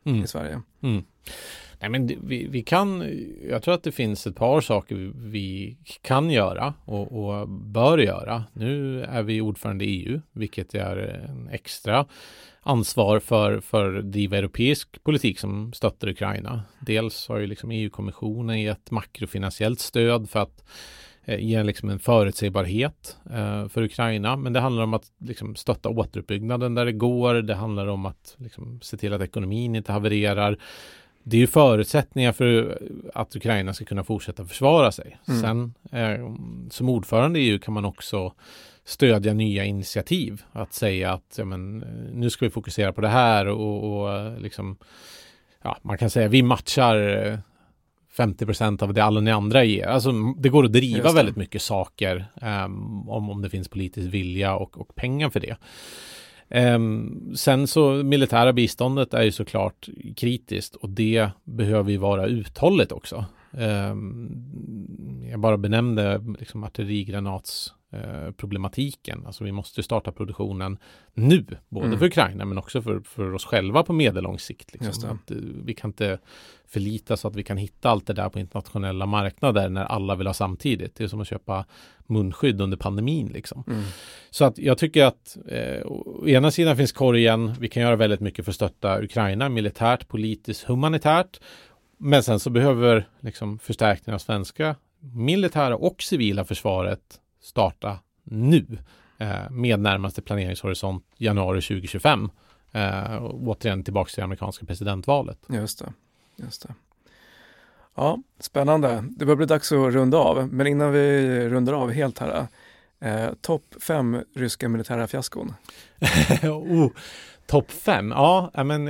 mm. i Sverige. Mm. Nej, men vi, vi kan, jag tror att det finns ett par saker vi, vi kan göra och, och bör göra. Nu är vi ordförande i E U, vilket är en extra ansvar för, för att driva europeisk politik som stöttar Ukraina. Dels har ju liksom E U-kommissionen gett makrofinansiellt stöd för att eh, ge liksom en förutsägbarhet eh, för Ukraina. Men det handlar om att liksom, stötta återuppbyggnaden där det går. Det handlar om att liksom, se till att ekonomin inte havererar. Det är ju förutsättningar för att Ukraina ska kunna fortsätta försvara sig. Mm. Sen eh, som ordförande i E U kan man också stödja nya initiativ. Att säga att ja, men, nu ska vi fokusera på det här och, och liksom, ja, man kan säga vi matchar femtio procent av det alla ni andra ger. Alltså, det går att driva väldigt mycket saker um, om, om det finns politisk vilja och, och pengar för det. Um, sen så militära biståndet är ju såklart kritiskt och det behöver ju vara uthålligt också. Um, jag bara benämnde liksom artillerigranatsproblematiken. Uh, problematiken. Alltså vi måste starta produktionen nu, både mm. för Ukraina men också för, för oss själva på medellång sikt. Liksom. Att, uh, vi kan inte förlita så att vi kan hitta allt det där på internationella marknader när alla vill ha samtidigt. Det är som att köpa munskydd under pandemin. Liksom. Mm. Så att jag tycker att eh, å ena sidan finns korgen, vi kan göra väldigt mycket för att stötta Ukraina, militärt, politiskt, humanitärt. Men sen så behöver liksom, förstärkningen av svenska militära och civila försvaret starta nu eh, med närmaste planeringshorisont januari tjugo tjugofem. Eh, återigen tillbaka till det amerikanska presidentvalet. Just det, just det. Ja, spännande. Det börjar bli dags att runda av. Men innan vi rundar av helt här. Eh, topp fem ryska militära fiaskon. oh, topp fem? Ja, men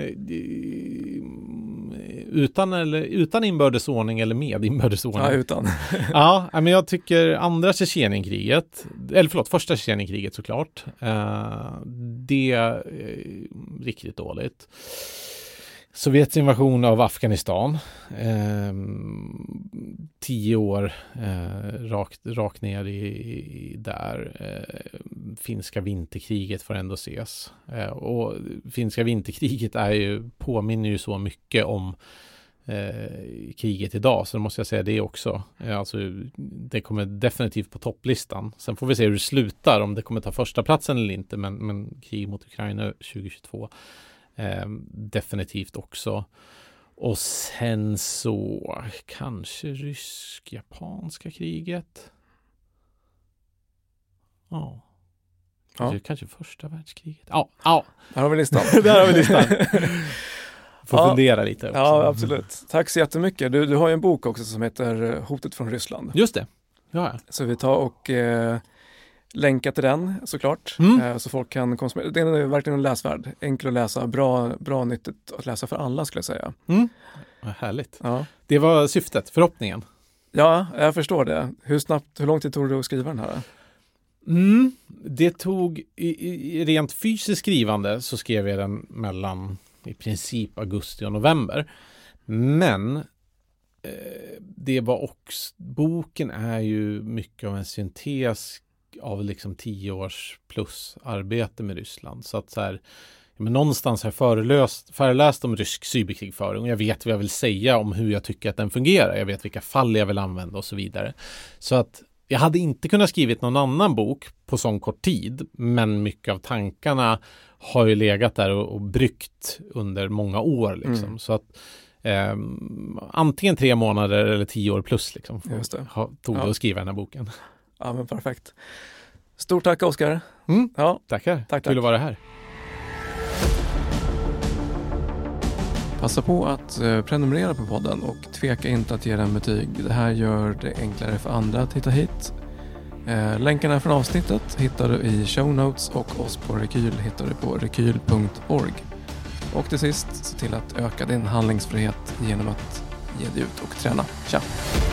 utan, eller, utan inbördesordning eller med inbördesordning? Ja, utan. ja, men jag tycker andra Tjetjenienkriget, eller förlåt, första Tjetjenienkriget såklart. Eh, det är riktigt dåligt. Sovjets invasion av Afghanistan, eh, tio år eh, rakt, rakt ner i, i där. Eh, finska vinterkriget får ändå ses. Eh, och finska vinterkriget är ju, påminner ju så mycket om eh, kriget idag, så då måste jag säga det också. Eh, alltså, det kommer definitivt på topplistan. Sen får vi se hur det slutar, om det kommer ta första platsen eller inte, men, men krig mot Ukraina tjugo tjugotvå. Eh, definitivt också. Och sen så kanske rysk-japanska kriget. Ja. Kanske, ja. kanske första världskriget. Ja, ja. Där har vi listan. Där har vi listan. Får ja. fundera lite också. Ja, absolut. Tack så jättemycket. Du, du har ju en bok också som heter Hotet från Ryssland. Just det. Ja. Så vi tar och eh, länka till den såklart, mm. eh, så folk kan konsumera. Det är verkligen en läsvärd, enkel att läsa, bra, bra nyttigt att läsa för alla skulle jag säga. Mm. Ja, härligt. Ja. Det var syftet, förhoppningen. Ja, jag förstår det. Hur snabbt, hur lång tid tog det att skriva den här? Mm. Det tog, i, i rent fysiskt skrivande så skrev jag den mellan i princip augusti och november. Men eh, det var också, boken är ju mycket av en syntes av liksom tio års plus arbete med Ryssland. Så att så här, men någonstans har jag föreläst, föreläst om rysk cyberkrigföring och jag vet vad jag vill säga om hur jag tycker att den fungerar. Jag vet vilka fall jag vill använda och så vidare. Så att jag hade inte kunnat skrivit någon annan bok på sån kort tid, men mycket av tankarna har ju legat där och, och bryggt under många år liksom. Mm. Så att eh, antingen tre månader eller tio år plus liksom, Just det. Ha, tog det ja. att skriva den här boken. Ja, men perfekt. Stort tack, Oskar. Mm. Ja. Tackar. Tack, Kul att vara här. Passa på att eh, prenumerera på podden och tveka inte att ge den betyg. Det här gör det enklare för andra att hitta hit. Eh, länkarna från avsnittet hittar du i show notes och oss på Rekyl hittar du på rekyl punkt org. Och till sist, se till att öka din handlingsfrihet genom att ge dig ut och träna. Tja!